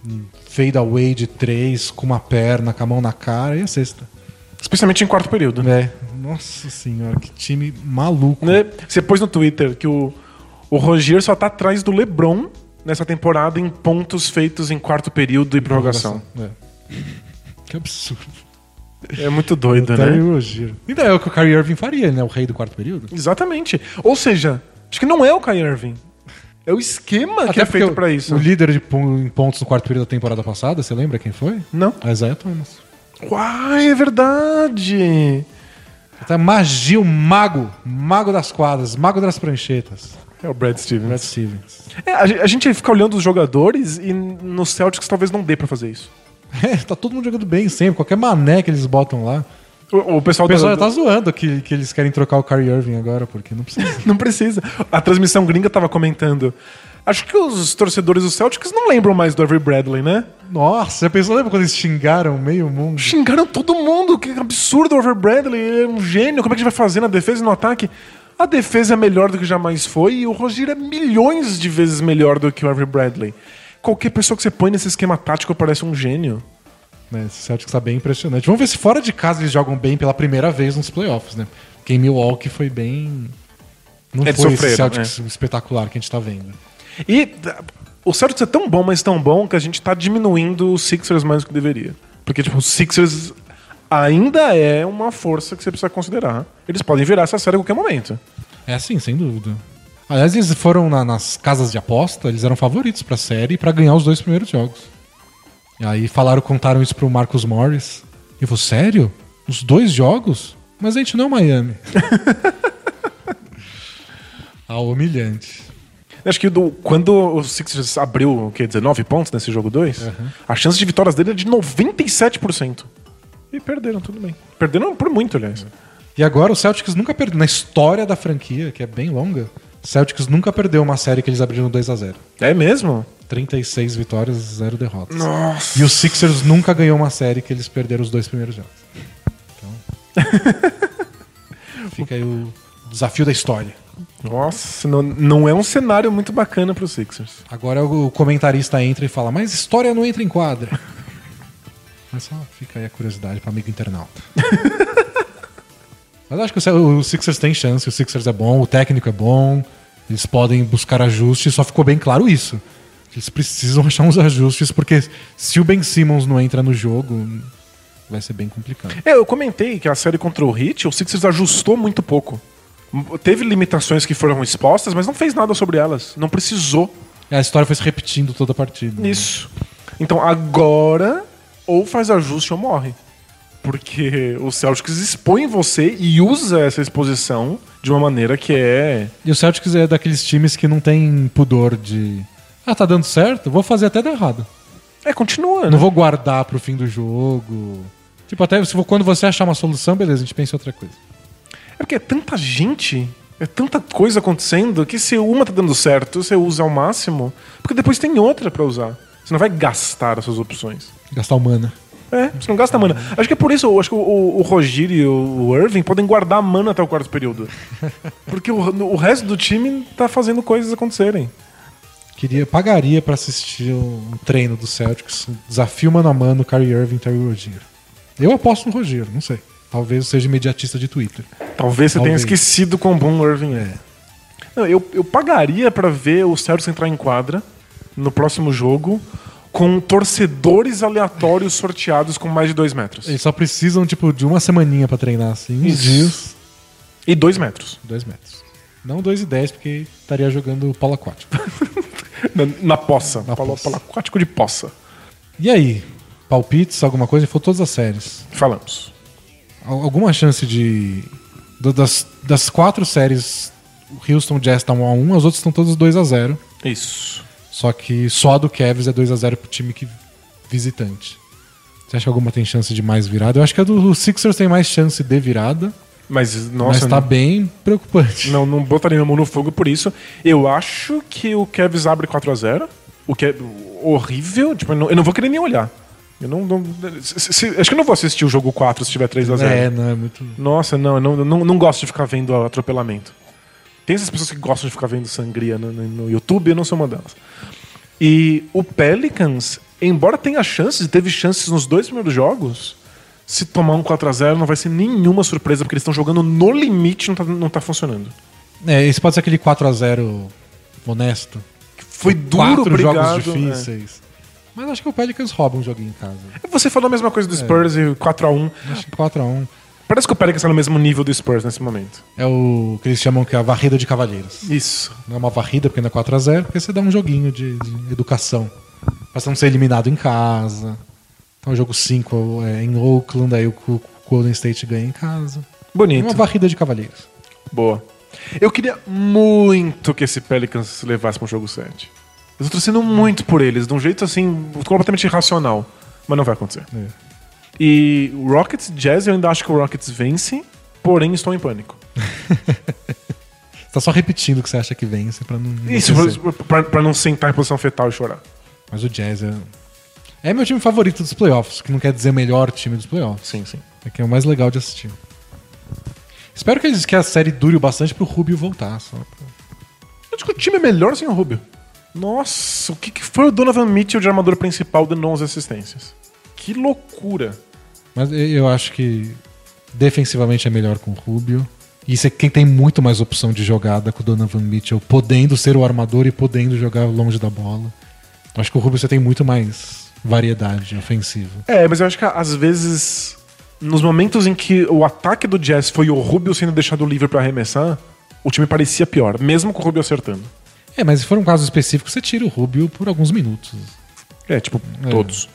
um fade away de três, com uma perna, com a mão na cara, e a sexta. Especialmente em quarto período. É. Nossa senhora, que time maluco. Né? Você pôs no Twitter que o, o Rogier só tá atrás do LeBron nessa temporada em pontos feitos em quarto período e prorrogação. É. Que absurdo. É muito doido, Até né? o Rogier. Então é o que o Kyrie Irving faria, né? O rei do quarto período. Exatamente. Ou seja, acho que não é o Kyrie Irving. É o esquema que é feito o- pra isso. O líder de pon- em pontos no quarto período da temporada passada, você lembra quem foi? Não. Isaiah Thomas. Uai, é verdade. Até magia, o mago. Mago das quadras, mago das pranchetas. É o Brad Stevens. Brad Stevens. É, a, gen- a gente fica olhando os jogadores e no Celtics talvez não dê pra fazer isso. É, tá todo mundo jogando bem sempre. Qualquer mané que eles botam lá. O, o pessoal, O pessoal da- já tá zoando que, que eles querem trocar o Kyrie Irving agora, porque não precisa. Não precisa. A transmissão gringa tava comentando. Acho que os torcedores do Celtics não lembram mais do Avery Bradley, né? Nossa, já pensou, lembra quando eles xingaram meio mundo? Xingaram todo mundo. Que absurdo o Avery Bradley. Ele é um gênio. Como é que a gente vai fazer na defesa e no ataque? A defesa é melhor do que jamais foi e o Rogier é milhões de vezes melhor do que o Avery Bradley. Qualquer pessoa que você põe nesse esquema tático parece um gênio. É, esse Celtics tá bem impressionante. Vamos ver se fora de casa eles jogam bem pela primeira vez nos playoffs, né? Porque em Milwaukee foi bem... Não Eles foi esse sofreram, Celtics espetacular que a gente tá vendo. E uh, o Celtics é tão bom, mas tão bom que a gente tá diminuindo os Sixers mais do que deveria. Porque, tipo, os Sixers ainda é uma força que você precisa considerar. Eles podem virar essa série a qualquer momento. É sim, sem dúvida. Aliás, eles foram na- nas casas de aposta, eles eram favoritos pra série pra ganhar os dois primeiros jogos. E aí falaram, contaram isso pro Marcus Morris. E eu falei, sério? Os dois jogos? Mas a gente não é Miami. Ah, humilhante. Acho que do, quando o Sixers abriu, o quê, dezenove pontos nesse jogo dois, Uhum. a chance de vitórias dele é de noventa e sete por cento. E perderam, tudo bem. Perderam por muito, aliás. E agora o Celtics nunca perdeu. Na história da franquia, que é bem longa, o Celtics nunca perdeu uma série que eles abriram dois a zero. É mesmo? trinta e seis vitórias, zero derrotas. Nossa. E o Sixers nunca ganhou uma série que eles perderam os dois primeiros jogos. Então, fica aí o desafio da história. Nossa, não, não é um cenário muito bacana pro Sixers. Agora o comentarista entra e fala, mas história não entra em quadra. Mas só fica aí a curiosidade para amigo internauta. Mas acho que o Ce- o Sixers tem chance, o Sixers é bom, o técnico é bom, eles podem buscar ajustes, só ficou bem claro isso. Eles precisam achar uns ajustes, porque se o Ben Simmons não entra no jogo, vai ser bem complicado. É, eu comentei que a série contra o Heat, o Sixers ajustou muito pouco. Teve limitações que foram expostas, mas não fez nada sobre elas. Não precisou. A história foi se repetindo toda a partida. né? Isso. Então agora, ou faz ajuste ou morre. Porque o Celtics expõe você e usa essa exposição de uma maneira que é... E o Celtics é daqueles times que não tem pudor de... Ah, tá dando certo? Vou fazer até dar errado. É, continua, né? Não vou guardar pro fim do jogo. Tipo, até se for- quando você achar uma solução, beleza, a gente pensa em outra coisa. É porque é tanta gente, é tanta coisa acontecendo, que se uma tá dando certo, você usa ao máximo, porque depois tem outra pra usar. Você não vai gastar as suas opções. Gastar o mana. É, você não gasta mana. Acho que é por isso, eu acho que o, o Rogier e o, o Irving podem guardar mana até o quarto período. Porque o, o resto do time tá fazendo coisas acontecerem. Queria, pagaria pra assistir um treino do Celtics, um desafio mano a mano, Kyrie Irving e Terry Rozier. Eu aposto no Rozier, não sei. Talvez eu seja imediatista de Twitter. Talvez você tenha Talvez. esquecido quão bom o Irving é. Não, eu, eu pagaria pra ver o Celtics entrar em quadra no próximo jogo com torcedores aleatórios sorteados com mais de dois metros. Eles só precisam, tipo, de uma semaninha pra treinar, assim, uns Isso. dias. E dois metros. Dois metros. Não dois e dez, porque estaria jogando polo aquático. Na, na poça. Na Palo- poça. palo aquático de poça. E aí? Palpites, alguma coisa? Falou todas as séries. Falamos. Al- Alguma chance de... do- Das, das quatro séries, o Houston Jazz tá um a um, as outras estão todas dois a zero. Isso. Só que só a do Cavs é dois a zero pro time que visitante. Você acha que alguma tem chance de mais virada? Eu acho que a do Sixers tem mais chance de virada, Mas, nossa, mas tá bem preocupante. não, não botaria minha mão no fogo por isso. Eu acho que o Cavs abre quatro a zero. O que é horrível. Tipo, eu não, eu não vou querer nem olhar. Eu não, não- se- se- acho que eu não vou assistir o jogo quatro se tiver três a zero. É, não, é muito... Nossa, não, eu não, eu não, não gosto de ficar vendo atropelamento. Tem essas pessoas que gostam de ficar vendo sangria no, no- no YouTube, eu não sou uma delas. E o Pelicans embora tenha chances, teve chances nos dois primeiros jogos, se tomar um quatro a zero não vai ser nenhuma surpresa, porque eles estão jogando no limite e não tá, não tá funcionando. É, esse pode ser aquele quatro a zero honesto. Foi duro, Quatro obrigado, jogos difíceis. É. Mas acho que o Pelicans rouba um joguinho em casa. Você falou a mesma coisa do Spurs é. e quatro a um. Acho que quatro a um. Parece que o Pelicans está no mesmo nível do Spurs nesse momento. É o que eles chamam que é a varrida de cavalheiros. Isso. Não é uma varrida porque não é quatro a zero, porque você dá um joguinho de, de educação. Pra você não ser eliminado em casa. Então o jogo cinco é em Oakland, aí o, o Golden State ganha em casa. Bonito. É uma varrida de cavalheiros. Boa. Eu queria muito que esse Pelicans levasse para o jogo sete. Eu tô torcendo muito por eles, de um jeito assim, completamente irracional. Mas não vai acontecer. É. E o Rockets Jazz, eu ainda acho que o Rockets vence, porém estou em pânico. Você tá só repetindo o que você acha que vence pra não. não Isso, pra, pra não sentar em posição fetal e chorar. Mas o Jazz é. É meu time favorito dos playoffs, que não quer dizer melhor time dos playoffs. Sim, sim. É que é o mais legal de assistir. Espero que, eles, que a série dure o bastante pro Rubio voltar. Só pra... Eu acho que o time é melhor sem o Rubio. Nossa, o que, que foi o Donovan Mitchell de armador principal dando onze assistências? Que loucura. Mas eu acho que defensivamente é melhor com o Rubio. E isso é quem tem muito mais opção de jogada com o Donovan Mitchell, podendo ser o armador e podendo jogar longe da bola. Eu acho que o Rubio você tem muito mais variedade ofensiva. É, mas eu acho que às vezes, nos momentos em que o ataque do Jazz foi o Rubio sendo deixado livre pra arremessar, o time parecia pior, mesmo com o Rubio acertando. É, mas se for um caso específico, você tira o Rubio por alguns minutos. É, tipo, É. todos.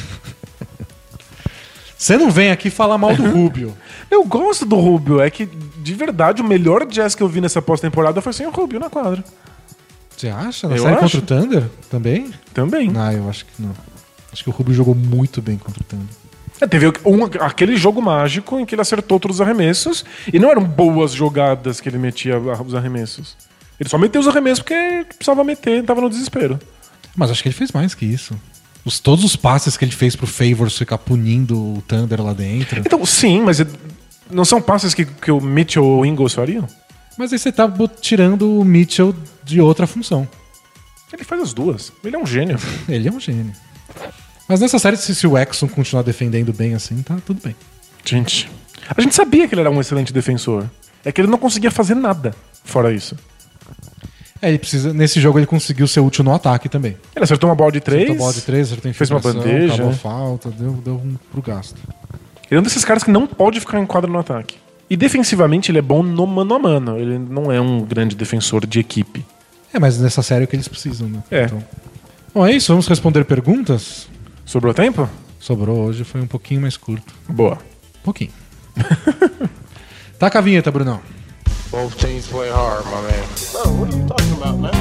Você não vem aqui falar mal do Rubio. Eu gosto do Rubio, é que, de verdade, o melhor Jazz que eu vi nessa pós-temporada foi sem o Rubio na quadra. Você acha? Na Eu série acho. contra o Thunder? Também? Também. Não, eu acho que não. Acho que o Rubio jogou muito bem contra o Thunder. É, teve um, aquele jogo mágico em que ele acertou todos os arremessos, e não eram boas jogadas que ele metia os arremessos. Ele só meteu os arremessos porque precisava meter, tava no desespero. Mas acho que ele fez mais que isso. Os, todos os passes que ele fez pro Favors ficar punindo o Thunder lá dentro. Então, sim, mas não são passes que, que o Mitchell ou o Ingles fariam? Mas aí você tá bot- tirando o Mitchell de outra função. Ele faz as duas. Ele é um gênio. Ele é um gênio. Mas nessa série, se, se o Exxon continuar defendendo bem assim, tá tudo bem. Gente, a gente sabia que ele era um excelente defensor. É que ele não conseguia fazer nada fora isso. É, ele precisa. Nesse jogo ele conseguiu ser útil no ataque também. Ele acertou uma bola de três. Acertou a bola de três, acertou fez uma infiltração, bandeja. acabou a falta, deu, deu um pro gasto. Ele é um desses caras que não pode ficar em quadra no ataque. E defensivamente ele é bom no mano a mano. Ele não é um grande defensor de equipe. É, mas nessa série é o que eles precisam, né? É. Então. Bom, é isso. Vamos responder perguntas? Sobrou tempo? Sobrou. Hoje foi um pouquinho mais curto. Boa. Um pouquinho. Taca a vinheta, Brunão. Both teams play hard, my man. Bro, what are you talking about, man?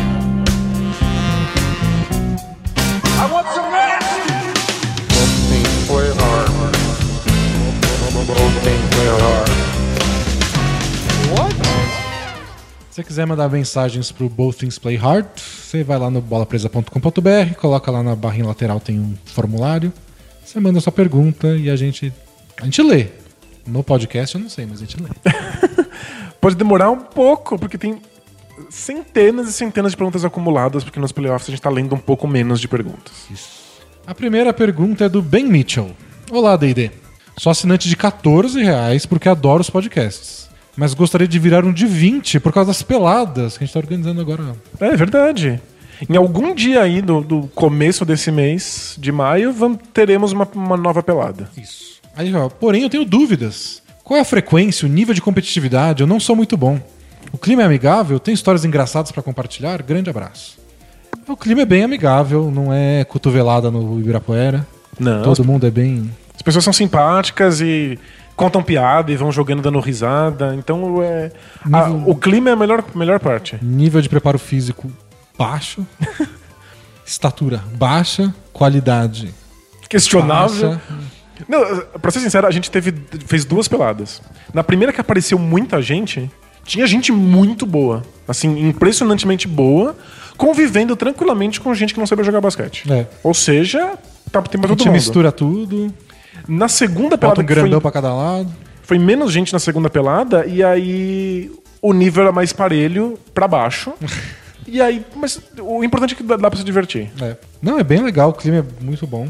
I want some action! Both teams play hard. Both teams play hard. What? Se você quiser mandar mensagens pro Both Things Play Hard, você vai lá no bola presa ponto com ponto b r, coloca lá na barrinha lateral, tem um formulário. Você manda a sua pergunta e a gente, a gente lê. No podcast eu não sei, mas a gente lê. Pode demorar um pouco, porque tem centenas e centenas de perguntas acumuladas, porque nos playoffs a gente tá lendo um pouco menos de perguntas. A primeira pergunta é do Ben Mitchell. Olá, D e D. Sou assinante de catorze reais porque adoro os podcasts. Mas gostaria de virar um de vinte por causa das peladas que a gente tá organizando agora. É verdade. Em algum dia aí do, do começo desse mês de maio, vamos, teremos uma, uma nova pelada. Isso. Aí, ó, porém, eu tenho dúvidas. Qual é a frequência, o nível de competitividade? Eu não sou muito bom. O clima é amigável? Tem histórias engraçadas pra compartilhar? Grande abraço. O clima é bem amigável, não é cotovelada no Ibirapuera. Não. Todo mundo é bem... As pessoas são simpáticas e contam piada e vão jogando dando risada. Então é, a- Nível- o clima é a melhor, melhor parte. Nível de preparo físico baixo. Estatura baixa. Qualidade Questionável. baixa. Não, pra ser sincero, a gente teve, fez duas peladas. Na primeira que apareceu muita gente, tinha gente muito boa. Assim, impressionantemente boa, convivendo tranquilamente com gente que não sabia jogar basquete. É. Ou seja, tá, tem pra A todo gente mundo. mistura tudo. Na segunda Bota pelada um que grandão foi, pra cada lado. foi menos gente na segunda pelada, e aí o nível era mais parelho pra baixo. E aí, mas o importante é que dá, dá pra se divertir. É. Não, é bem legal, o clima é muito bom.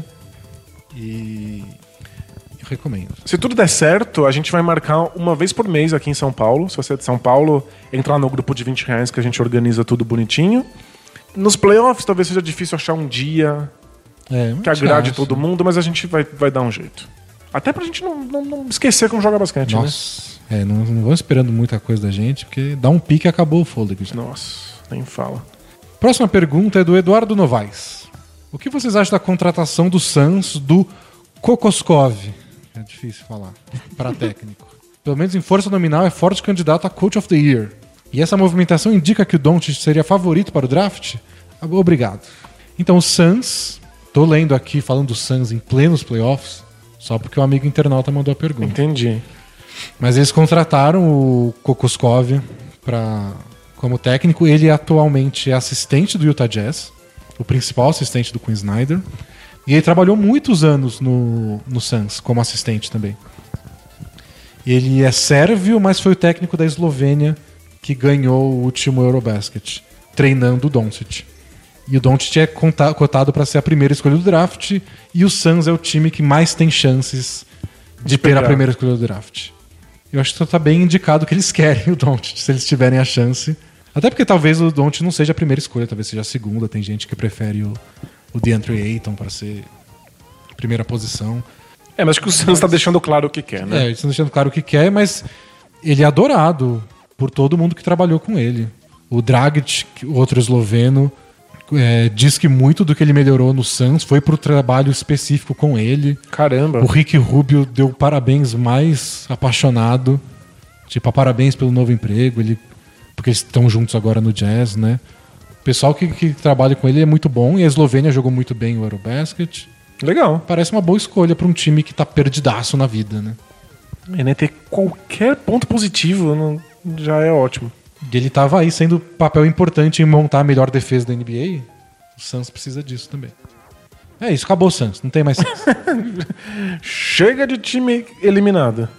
E eu recomendo. Se tudo der certo, a gente vai marcar uma vez por mês aqui em São Paulo. Se você é de São Paulo, entrar no grupo de vinte reais que a gente organiza tudo bonitinho. Nos playoffs talvez seja difícil achar um dia É, que agrade todo mundo, mas a gente vai, vai dar um jeito. Até pra gente não, não, não esquecer como joga basquete, Nossa, é, não, não vão esperando muita coisa da gente, porque dá um pique e acabou o fôlego. né? Nossa, nem fala. Próxima pergunta é do Eduardo Novaes. O que vocês acham da contratação do Suns do Kokoskov? É difícil falar. Para técnico. Pelo menos em força nominal é forte candidato a Coach of the Year. E essa movimentação indica que o Doncic seria favorito para o draft? Obrigado. Então o Suns, tô lendo aqui falando do Suns em plenos playoffs, só porque o amigo internauta mandou a pergunta. Entendi. Mas eles contrataram o Kokoskov pra, como técnico. Ele atualmente é assistente do Utah Jazz, o principal assistente do Quinn Snyder. E ele trabalhou muitos anos no, no Suns como assistente também. Ele é sérvio, mas foi o técnico da Eslovênia que ganhou o último Eurobasket, treinando o Doncic. E o Doncic é conta- cotado para ser a primeira escolha do draft, e o Suns é o time que mais tem chances de, De ter pegar. a primeira escolha do draft. Eu acho que tá bem indicado que eles querem o Doncic, se eles tiverem a chance. Até porque talvez o Doncic não seja a primeira escolha, talvez seja a segunda. Tem gente que prefere o, o DeAndre Ayton para ser primeira posição. É, mas acho que o Suns tá deixando claro o que quer, né? É, eles estão deixando claro o que quer, mas ele é adorado por todo mundo que trabalhou com ele. O Dragic, o outro esloveno, é, diz que muito do que ele melhorou no Suns foi pro trabalho específico com ele. Caramba. O Rick Rubio deu parabéns mais apaixonado. Tipo, parabéns pelo novo emprego, ele, porque eles estão juntos agora no Jazz, né? O pessoal que, que trabalha com ele é muito bom, e a Eslovênia jogou muito bem o Eurobasket. Legal. Parece uma boa escolha pra um time que tá perdidaço na vida, né? E nem ter qualquer ponto positivo não- já é ótimo. E ele tava aí sendo papel importante em montar a melhor defesa da N B A. O Suns precisa disso também. É isso, acabou o Suns, não tem mais Suns. Chega de time eliminado.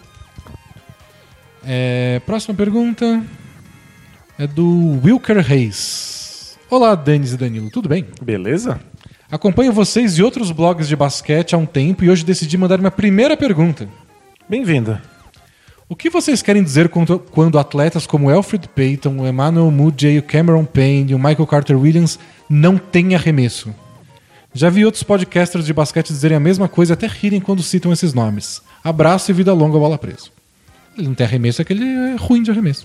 É, próxima pergunta é do Wilker Reis. Olá, Denis e Danilo, tudo bem? Beleza? Acompanho vocês e outros blogs de basquete há um tempo e hoje decidi mandar minha primeira pergunta. Bem-vinda. O que vocês querem dizer quando, quando atletas como Elfrid Payton, o Emmanuel Mudiay, o Cameron Payne e o Michael Carter Williams não têm arremesso? Já vi outros podcasters de basquete dizerem a mesma coisa e até rirem quando citam esses nomes. Abraço e vida longa, bola presa. Ele não tem arremesso, é que ele é ruim de arremesso.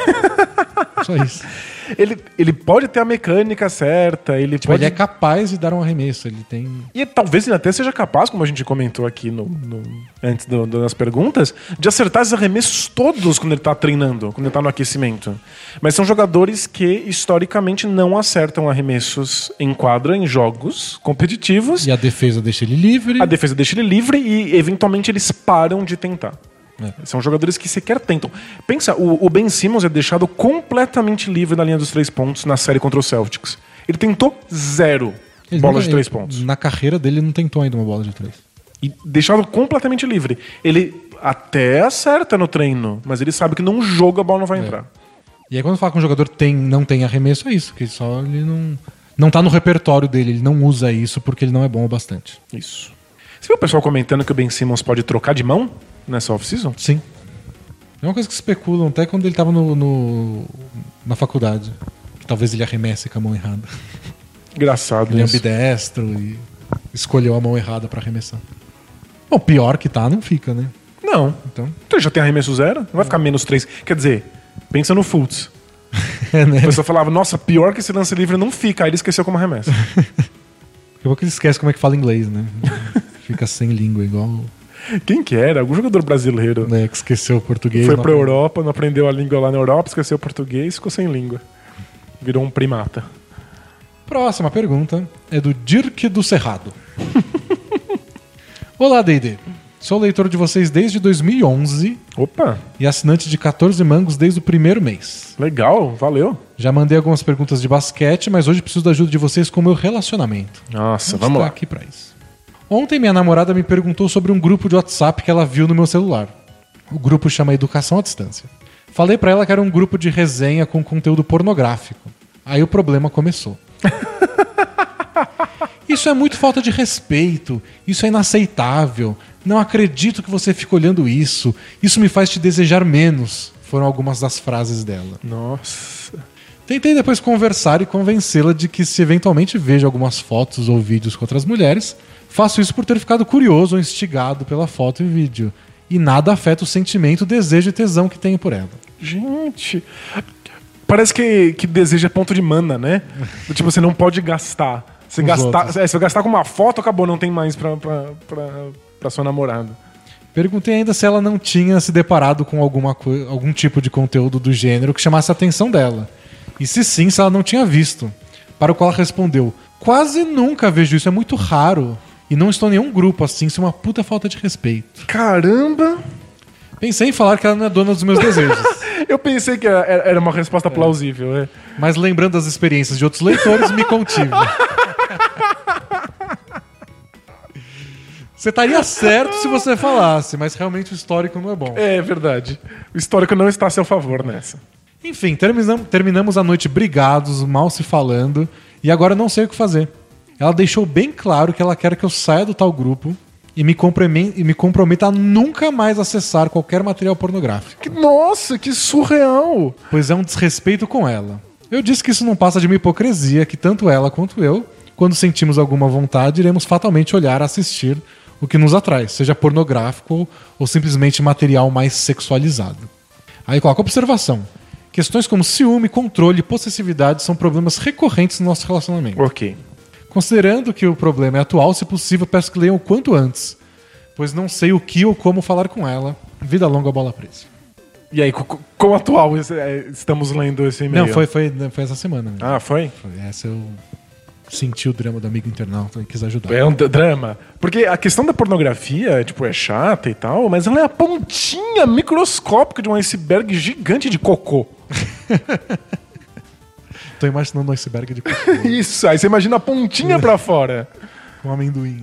Só isso. Ele, ele pode ter a mecânica certa, ele Tipo, pode... ele é capaz de dar um arremesso, ele tem... E talvez ele até seja capaz, como a gente comentou aqui no, no- antes do- das perguntas, de acertar esses arremessos todos quando ele tá treinando, quando ele tá no aquecimento. Mas são jogadores que, historicamente, não acertam arremessos em quadra, em jogos competitivos. E a defesa deixa ele livre. A defesa deixa ele livre e, eventualmente, eles param de tentar. É. São jogadores que sequer tentam. Pensa, o, o Ben Simmons é deixado completamente livre na linha dos três pontos na série contra o Celtics. Ele tentou zero Ele bolas nunca- de três ele- pontos. Na carreira dele, ele não tentou ainda uma bola de três. E deixado completamente livre. Ele até acerta no treino, mas ele sabe que num jogo a bola não vai entrar. E aí quando fala que um jogador tem, não tem arremesso, é isso. Que só ele não... Não tá no repertório dele, ele não usa isso porque ele não é bom o bastante. Isso. Você viu o pessoal comentando que o Ben Simmons pode trocar de mão nessa off-season? Sim. É uma coisa que especulam até quando ele tava no, no- na faculdade. Que talvez ele arremesse com a mão errada. Engraçado Ele é isso. ambidestro e escolheu a mão errada pra arremessar. Bom, pior que tá, não fica, né? Não. Então, Então ele já tem arremesso zero? Não vai ficar menos três. Quer dizer, pensa no Fultz. é, né? A pessoa falava, nossa, pior que esse lance livre não fica. Aí ele esqueceu como arremessa. Daqui a pouco ele esquece como é que fala inglês, né? Fica sem língua, igual Quem que era? Algum jogador brasileiro. né, que esqueceu o português. Foi não pra aprendeu. Europa, não aprendeu a língua lá na Europa, esqueceu o português, ficou sem língua. Virou um primata. Próxima pergunta é do Dirk do Cerrado. Olá, D e D. Sou leitor de vocês desde dois mil e onze Opa, e assinante de catorze mangos desde o primeiro mês. legal, valeu. Já mandei algumas perguntas de basquete, mas hoje preciso da ajuda de vocês com o meu relacionamento. Nossa, Vamos vamos estar lá. aqui pra isso. Ontem minha namorada me perguntou sobre um grupo de WhatsApp que ela viu no meu celular. O grupo chama Educação à Distância. Falei pra ela que era um grupo de resenha com conteúdo pornográfico. Aí o problema começou. Isso é muito falta de respeito, isso é inaceitável, não acredito que você fique olhando isso, isso me faz te desejar menos, foram algumas das frases dela. Nossa. Tentei depois conversar e convencê-la de que se eventualmente vejo algumas fotos ou vídeos com outras mulheres, faço isso por ter ficado curioso ou instigado pela foto e vídeo, e nada afeta o sentimento, desejo e tesão que tenho por ela. Gente, parece que, que desejo é ponto de mana, né? Tipo, você não pode gastar. Se gastar, é, se eu gastar com uma foto, acabou, não tem mais pra, pra, pra, pra sua namorada. Perguntei ainda se ela não tinha se deparado com alguma co- algum tipo de conteúdo do gênero que chamasse a atenção dela. E se sim, se ela não tinha visto. Para o qual ela respondeu: quase nunca vejo isso, é muito raro. E não estou em nenhum grupo assim, isso é uma puta falta de respeito. Caramba! Pensei em falar que ela não é dona dos meus desejos. Eu pensei que era, era uma resposta plausível. É. Mas lembrando das experiências de outros leitores, me contive. Você estaria certo se você falasse, mas realmente o histórico não é bom. É verdade. O histórico não está a seu favor nessa. Enfim, terminam- terminamos a noite brigados, mal se falando, e agora não sei o que fazer. Ela deixou bem claro que ela quer que eu saia do tal grupo e me, comprome- e me comprometa a nunca mais acessar qualquer material pornográfico, Que- nossa, que surreal! pois é um desrespeito com ela. Eu disse que isso não passa de uma hipocrisia, que tanto ela quanto eu, quando sentimos alguma vontade, iremos fatalmente olhar, assistir o que nos atrai, seja pornográfico ou simplesmente material mais sexualizado. Aí coloca observação. Questões como ciúme, controle e possessividade são problemas recorrentes no nosso relacionamento. Ok. Considerando que o problema é atual, se possível, peço que leiam o quanto antes, pois não sei o que ou como falar com ela. Vida longa, bola presa. E aí, co- quão atual é, estamos lendo esse e-mail? Não, foi, foi, foi essa semana. Né? Ah, foi? Foi essa eu senti o drama do amigo internauta e quis ajudar. É um d- drama. Porque a questão da pornografia, tipo, é chata e tal, mas ela é a pontinha microscópica de um iceberg gigante de cocô. Tô imaginando um iceberg de cocô Isso, aí você imagina a pontinha pra fora. com amendoim.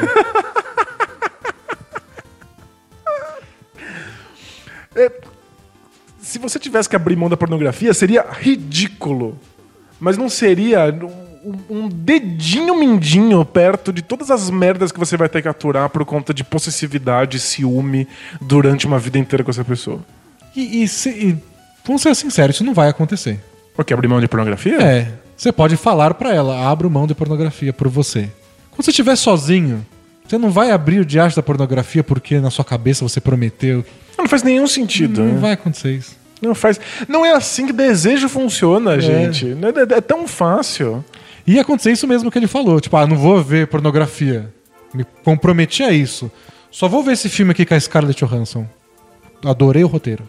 Se você tivesse que abrir mão da pornografia, seria ridículo. Mas não seria um, um dedinho mindinho perto de todas as merdas que você vai ter que aturar por conta de possessividade, ciúme durante uma vida inteira com essa pessoa. E, e, se, e vamos ser sinceros, isso não vai acontecer. Porque abrir mão de pornografia? É, você pode falar pra ela, abra mão de pornografia por você. Quando você estiver sozinho, você não vai abrir o diacho da pornografia porque na sua cabeça você prometeu. Não faz nenhum sentido. Não né? vai acontecer isso. Não faz. Não é assim que desejo funciona, gente. É, é tão fácil. Ia acontecer isso mesmo que ele falou. Tipo, ah, não vou ver pornografia. Me comprometi a isso. Só vou ver esse filme aqui com a Scarlett Johansson. Adorei o roteiro.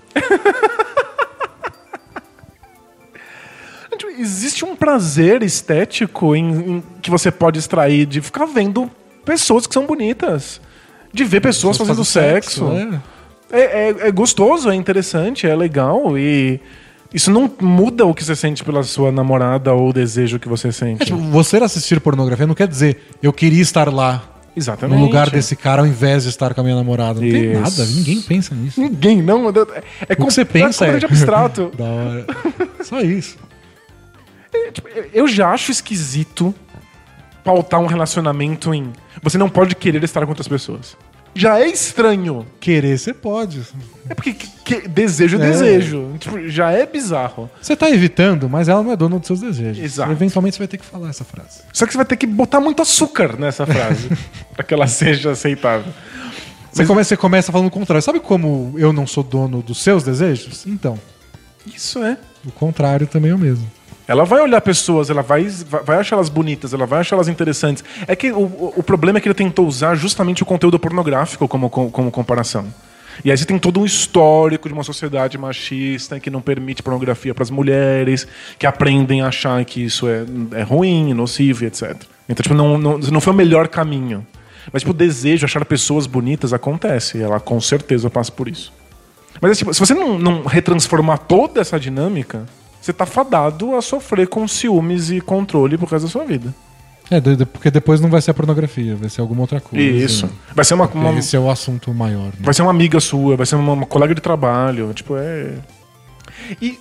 Tipo, existe um prazer estético em, em- que você pode extrair de ficar vendo pessoas que são bonitas. De ver pessoas, fazendo sexo. é. É, é- é gostoso, é interessante, é legal e isso não muda o que você sente pela sua namorada ou o desejo que você sente. É, tipo, você assistir pornografia não quer dizer eu queria estar lá Exatamente. no lugar desse cara ao invés de estar com a minha namorada. Não tem Isso. nada, ninguém pensa nisso. Ninguém, não. É, é O que você pensa é... completamente abstrato. Da hora. Só isso. É, tipo, eu já acho esquisito pautar um relacionamento em você não pode querer estar com outras pessoas. Já é estranho. Querer você pode. É porque que- que- desejo é, É. desejo. Tipo, já é bizarro. Você tá evitando, mas ela não é dona dos seus desejos. Exato. Eventualmente você vai ter que falar essa frase. Só que você vai ter que botar muito açúcar nessa frase pra que ela seja aceitável. Você, começa, você começa falando o contrário. Sabe como eu não sou dono dos seus desejos? Então, Isso é. o contrário também é o mesmo. Ela vai olhar pessoas, ela vai, vai achar elas bonitas, ela vai achar elas interessantes. É que o, o- o problema é que ele tentou usar justamente o conteúdo pornográfico como, como, como comparação. E aí você tem todo um histórico de uma sociedade machista que não permite pornografia para as mulheres, que aprendem a achar que isso é, é ruim, nocivo, e etcétera. Então, tipo, não, não, não foi o melhor caminho. Mas, tipo, o desejo de achar pessoas bonitas acontece. E ela com certeza passa por isso. Mas, tipo, se você não, não retransformar toda essa dinâmica, você tá fadado a sofrer com ciúmes e controle por causa da sua vida. É, de- de- porque depois não vai ser a pornografia, vai ser alguma outra coisa. Isso. Vai ser uma, uma, Esse é o assunto maior. Né? vai ser uma amiga sua, vai ser uma, uma colega de trabalho. Tipo, é. E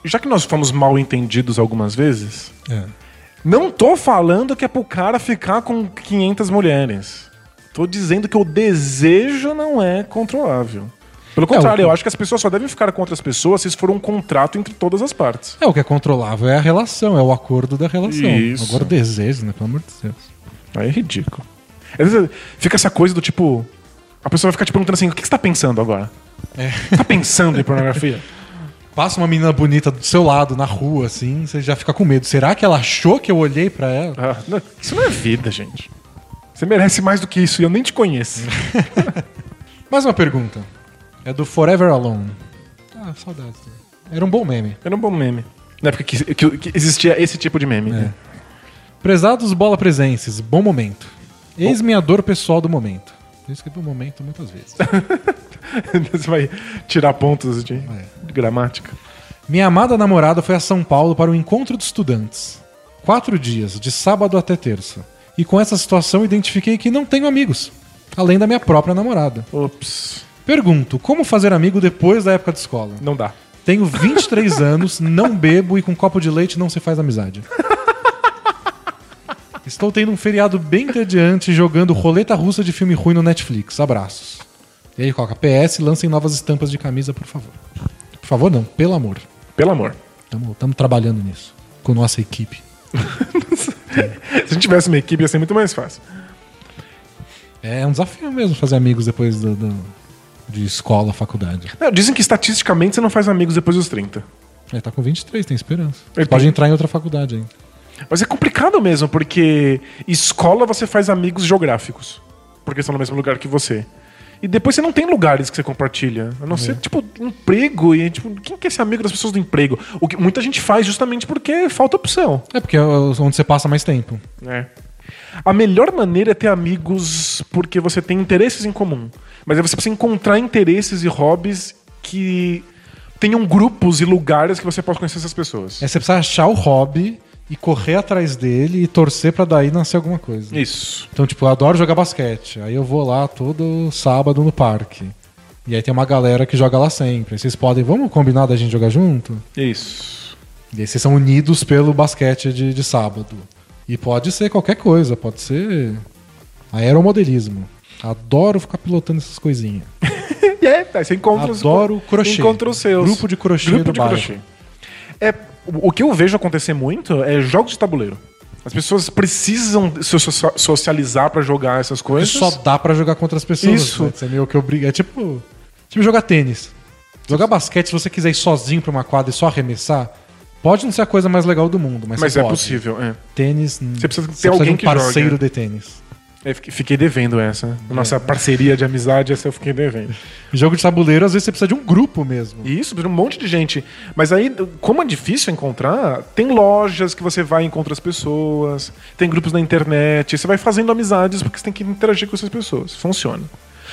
já que nós fomos mal entendidos algumas vezes, É. não tô falando que é pro cara ficar com quinhentas mulheres. Tô dizendo que o desejo não é controlável. Pelo contrário, É, o- eu acho que as pessoas só devem ficar com outras pessoas se isso for um contrato entre todas as partes. É, o que é controlável é a relação, é o acordo da relação. Isso. Agora o desejo, né? Pelo amor de Deus. Aí é ridículo. Às vezes fica essa coisa do tipo... A pessoa vai ficar te perguntando assim, o que você tá pensando agora? É. Tá pensando em pornografia? Passa uma menina bonita do seu lado na rua, assim, você já fica com medo. Será que ela achou que eu olhei pra ela? Ah, não, isso não é vida, gente. Você merece mais do que isso e eu nem te conheço. Mais uma pergunta. É do Forever Alone. Ah, saudades. Era um bom meme. Era um bom meme. Na época que, que- que existia esse tipo de meme. né? Prezados bola presenses, bom momento. Eis minha dor pessoal do momento. Eu escrevi o momento muitas vezes. Você vai tirar pontos de, de gramática. Minha amada namorada foi a São Paulo para o encontro de estudantes. Quatro dias, de sábado até terça. E com essa situação identifiquei que não tenho amigos, além da minha própria namorada. Ops. Pergunto, como fazer amigo depois da época de escola? Não dá. Tenho vinte e três anos, não bebo e com copo de leite não se faz amizade. Estou tendo um feriado bem entediante jogando roleta russa de filme ruim no Netflix. Abraços. E aí coloca P S, lancem novas estampas de camisa, por favor. Por favor não, pelo amor. Pelo amor. Estamos trabalhando nisso. Com nossa equipe. Se a gente tivesse uma equipe ia ser muito mais fácil. É um desafio mesmo fazer amigos depois do, do- de escola, faculdade. Não, dizem que estatisticamente você não faz amigos depois dos trinta. Ele tá com vinte e três, tem esperança. Ele Pode tem- entrar em outra faculdade ainda. Mas é complicado mesmo, porque escola você faz amigos geográficos. Porque estão no mesmo lugar que você. E depois você não tem lugares que você compartilha. A não ser, tipo, emprego. E, tipo, quem quer ser amigo das pessoas do emprego? O que muita gente faz justamente porque falta opção. É porque é onde você passa mais tempo. É. A melhor maneira é ter amigos porque você tem interesses em comum. Mas aí você precisa encontrar interesses e hobbies que tenham grupos e lugares que você possa conhecer essas pessoas. É você precisa achar o hobby e correr atrás dele e torcer pra daí nascer alguma coisa. Isso. Então, tipo, eu adoro jogar basquete. Aí eu vou lá todo sábado no parque. E aí tem uma galera que joga lá sempre. Aí vocês podem, vamos combinar da gente jogar junto? Isso. E aí vocês são unidos pelo basquete de, de sábado. E pode ser qualquer coisa, pode ser aeromodelismo. Adoro ficar pilotando essas coisinhas. E é, aí você encontra os- Adoro crochê. Encontra os seus. Grupo de crochê Grupo do de bairro. crochê. É, o o que eu vejo acontecer muito é jogos de tabuleiro. As pessoas precisam se so- socializar pra jogar essas Porque coisas. só dá pra jogar contra as pessoas. Isso. Né? Você é meio que obriga. É tipo, tipo jogar tênis. Jogar basquete, se você quiser ir sozinho pra uma quadra e só arremessar, pode não ser a coisa mais legal do mundo, mas, Mas você é pode. possível, é. Tênis. Você precisa ter de alguém um que parceiro joga. de tênis. É, fiquei- Fiquei devendo essa. Nossa parceria de amizade, essa eu fiquei devendo. Jogo de tabuleiro, às vezes você precisa de um grupo mesmo. E isso, um monte de gente. Mas aí, como é difícil encontrar, tem lojas que você vai e encontra as pessoas, tem grupos na internet, você vai fazendo amizades porque você tem que interagir com essas pessoas. Funciona.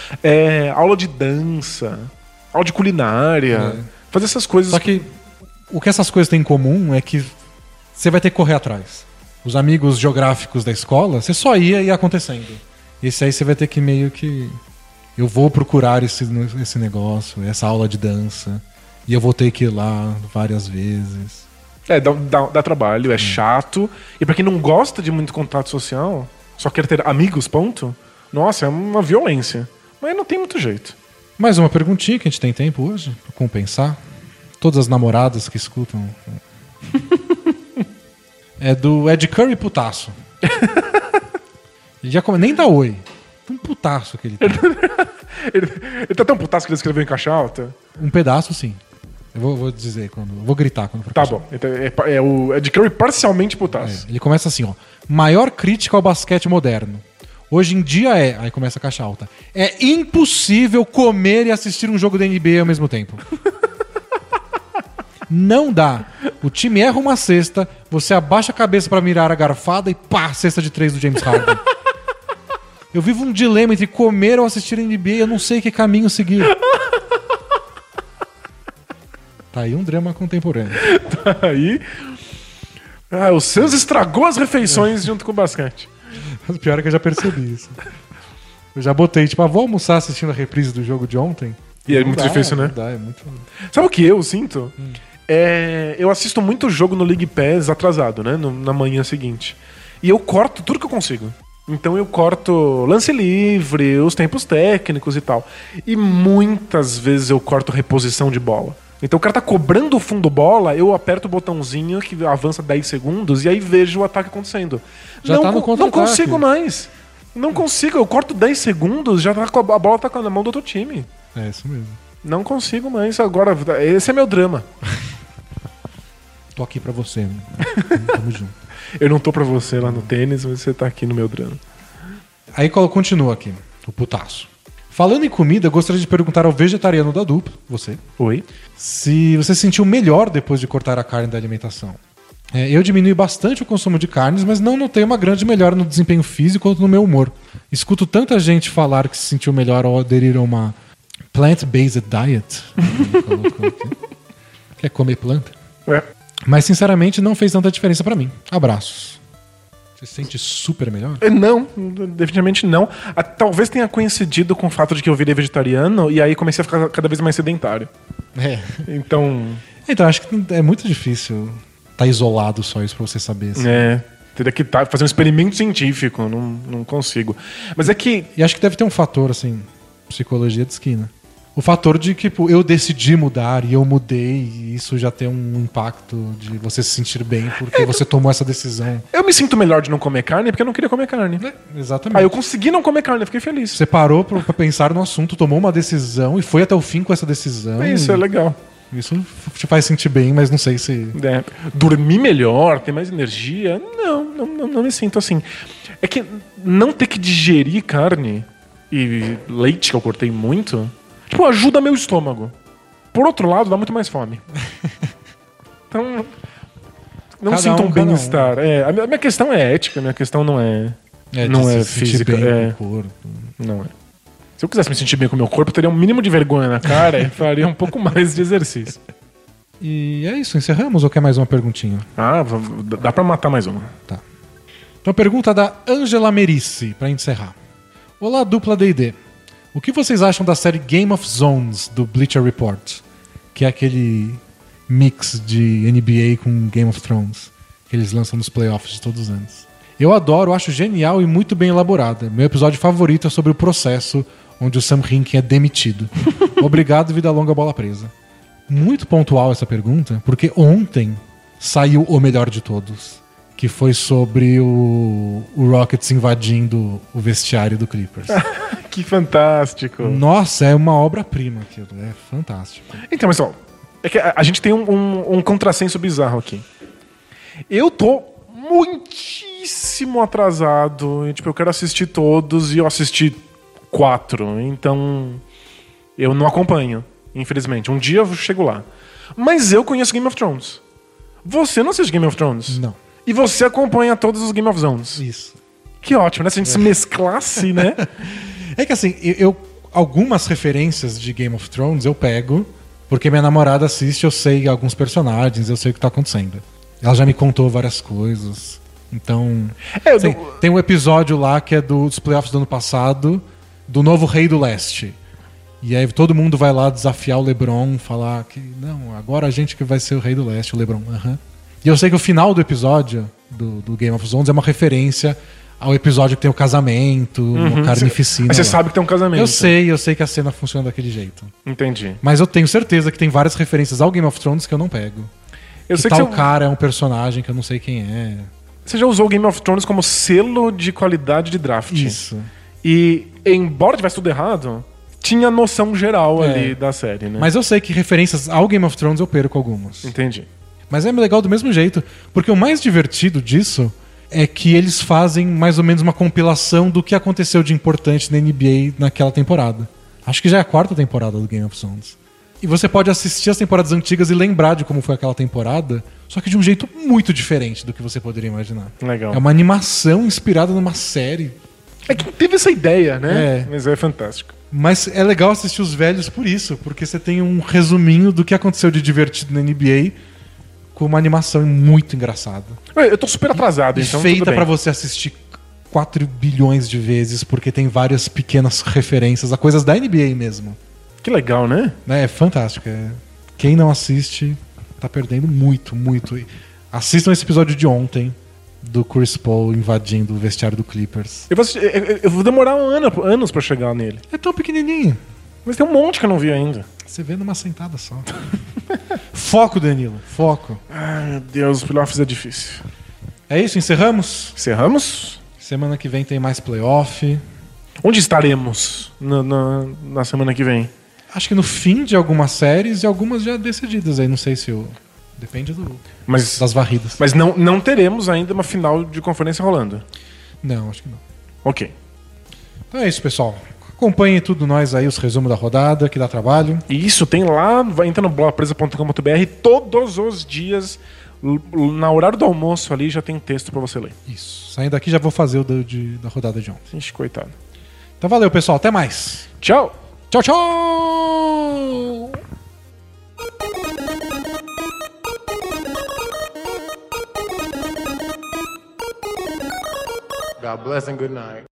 É, aula de dança, aula de culinária, fazer essas coisas. Só que o que essas coisas têm em comum é que você vai ter que correr atrás. Os amigos geográficos da escola, você só ia e ia acontecendo. Esse aí você vai ter que meio que... Eu vou procurar esse, esse negócio, essa aula de dança. E eu vou ter que ir lá várias vezes. É, dá, dá, dá trabalho, é chato. E pra quem não gosta de muito contato social, só quer ter amigos, ponto. Nossa, é uma violência. Mas não tem muito jeito. Mais uma perguntinha que a gente tem tempo hoje, pra compensar. Todas as namoradas que escutam. É do Ed Curry putaço. Ele já come... Nem dá oi. Um putaço que ele tem. Ele, ele tá tão putaço que ele escreveu em caixa alta. Um pedaço, sim. Eu vou, vou dizer quando. Vou gritar quando for Tá passar. bom. Então, é, é o Ed Curry parcialmente putaço. É, ele começa assim, ó. Maior crítica ao basquete moderno. Hoje em dia é. Aí começa a caixa alta. É impossível comer e assistir um jogo da N B A ao mesmo tempo. Não dá. O time erra uma cesta, você abaixa a cabeça pra mirar a garfada e pá, cesta de três do James Harden. Eu vivo um dilema entre comer ou assistir N B A, eu não sei que caminho seguir. Tá aí um drama contemporâneo. Aí. Ah, o Suns estragou as refeições junto com o basquete. Mas o pior é que eu já percebi isso. Eu já botei, tipo, ah, vou almoçar assistindo a reprise do jogo de ontem. E é Não muito dá, difícil, né? Não dá, é muito... Sabe o que eu sinto? É, eu assisto muito jogo no League Pass atrasado, né? No- na manhã seguinte. E eu corto tudo que eu consigo. Então eu corto lance livre, os tempos técnicos e tal. E muitas vezes eu corto reposição de bola. Então o cara tá cobrando o fundo bola, eu aperto o botãozinho que avança dez segundos e aí vejo o ataque acontecendo. Já não, tá no co- não contra-ataque. consigo mais. Não consigo, eu corto dez segundos, já tá com a a bola tá na mão do outro time. É isso mesmo. Não consigo mais. Agora, esse é meu drama. Tô aqui pra você. Né? Tamo junto. Eu não tô pra você lá no tênis, mas você tá aqui no meu drama. Aí colo- continua aqui, o putaço. Falando em comida, eu gostaria de perguntar ao vegetariano da dupla, você, Oi? se você se sentiu melhor depois de cortar a carne da alimentação. É, eu diminui bastante o consumo de carnes, mas não notei uma grande melhora no desempenho físico quanto no meu humor. Escuto tanta gente falar que se sentiu melhor ao aderir a uma plant-based diet. Ele colocou aqui. Que é comer planta. É. Mas, sinceramente, não fez tanta diferença pra mim. Abraços. Você se sente super melhor? É, Não, definitivamente não. Ah, talvez tenha coincidido com o fato de que eu virei vegetariano e aí comecei a ficar cada vez mais sedentário. É. Então, Então, acho que é muito difícil estar isolado só isso pra você saber. Assim. é. Teria que tá, fazer um experimento científico, não, não consigo. Mas é que. E acho que deve ter um fator, assim, psicologia de esquina. O fator de que tipo, eu decidi mudar e eu mudei, e isso já tem um impacto de você se sentir bem porque você tomou essa decisão. Eu me sinto melhor de não comer carne porque eu não queria comer carne. Exatamente. Aí eu consegui não comer carne, eu fiquei feliz. Você parou pra, pra pensar no assunto, tomou uma decisão e foi até o fim com essa decisão. É isso, e é legal. Isso te faz sentir bem, mas não sei se. É, dormir melhor, ter mais energia. Não, não, não, não me sinto assim. É que não ter que digerir carne e leite, que eu cortei muito, tipo, ajuda meu estômago. Por outro lado, dá muito mais fome. Então, não Cada sinto um, um cada um. bem-estar. É, a minha a minha questão é ética, a minha questão não é. É, de não se é sentir física. bem É, com o corpo. não é. Se eu quisesse me sentir bem com o meu corpo, eu teria um mínimo de vergonha na cara e faria um pouco mais de exercício. E é isso, encerramos ou quer mais uma perguntinha? Ah, v- dá pra matar mais uma. Tá. Então, pergunta da Angela Merici, pra encerrar. Olá, dupla D e D. O que vocês acham da série Game of Zones do Bleacher Report? Que é aquele mix de N B A com Game of Thrones que eles lançam nos playoffs de todos os anos. Eu adoro, acho genial e muito bem elaborada. Meu episódio favorito é sobre o processo onde o Sam Hinkie é demitido. Obrigado, vida longa, bola presa. Muito pontual essa pergunta, porque ontem saiu o melhor de todos, que foi sobre o, o Rockets invadindo o vestiário do Clippers. Que fantástico. Nossa, é uma obra-prima aquilo, é fantástico. Então, mas ó, é que a, a gente tem um, um, um contrassenso bizarro aqui. Eu tô muitíssimo atrasado, e, tipo, eu quero assistir todos e eu assisti quatro, então eu não acompanho, infelizmente. Um dia eu chego lá. Mas eu conheço Game of Thrones. Você não assiste Game of Thrones? Não. E você acompanha todos os Game of Zones. Isso. Que ótimo, né? Se a gente se mesclasse, né? É que assim, eu, eu- algumas referências de Game of Thrones eu pego, porque minha namorada assiste, eu sei alguns personagens, eu sei o que tá acontecendo. Ela já me contou várias coisas. Então. É, eu assim, não- tem um episódio lá que é dos playoffs do ano passado, do novo Rei do Leste. E aí todo mundo vai lá desafiar o LeBron, falar que não, agora a gente que vai ser o Rei do Leste, o LeBron. Aham. E eu sei que o final do episódio do, do Game of Thrones é uma referência ao episódio que tem o casamento, uma carnificina. Aí você lá. sabe que tem um casamento. Eu sei, eu sei que a cena funciona daquele jeito. Entendi. Mas eu tenho certeza que tem várias referências ao Game of Thrones que eu não pego. Eu que sei que tal você, cara é um personagem que eu não sei quem é. você já usou o Game of Thrones como selo de qualidade de draft. Isso. E, embora tivesse tudo errado, tinha noção geral É. ali da série, né? Mas eu sei que referências ao Game of Thrones eu perco algumas. Entendi. Mas é legal do mesmo jeito, porque o mais divertido disso é que eles fazem mais ou menos uma compilação do que aconteceu de importante na N B A naquela temporada. Acho que já é a quarta temporada do Game of Thrones. E você pode assistir as temporadas antigas e lembrar de como foi aquela temporada, só que de um jeito muito diferente do que você poderia imaginar. Legal. É uma animação inspirada numa série. É que teve essa ideia, né? É. Mas é fantástico. Mas é legal assistir os velhos por isso, porque você tem um resuminho do que aconteceu de divertido na N B A com uma animação muito engraçada. Eu tô super atrasado, E então feita tudo bem. pra você assistir quatro bilhões de vezes, porque tem várias pequenas referências a coisas da N B A mesmo. Que legal, né? É fantástico. É... Quem não assiste, tá perdendo muito, muito. E assistam esse episódio de ontem do Chris Paul invadindo o vestiário do Clippers. Eu vou, assistir- eu- eu- eu vou demorar um ano, anos pra chegar nele. É tão pequenininho. Mas tem um monte que eu não vi ainda. Você vê numa sentada só. Foco, Danilo. Foco. Ai, meu Deus, os playoffs é difícil. É isso, encerramos? Encerramos? Semana que vem tem mais playoff. Onde estaremos na, na, na semana que vem? Acho que no fim de algumas séries e algumas já decididas aí. Não sei se o... Depende do... Mas, das varridas. mas não, não teremos ainda uma final de conferência rolando. Não, acho que não. Ok. Então é isso, pessoal. Acompanhem tudo nós aí, os resumos da rodada, que dá trabalho. E isso tem lá, vai entrar no bola presa ponto com ponto b r todos os dias, l- l- na horário do almoço ali, já tem texto pra você ler. Isso. Saindo daqui já vou fazer o do- de- da rodada de ontem. Ixi, coitado. Então valeu, pessoal. Até mais. Tchau! Tchau, tchau! God bless and good night.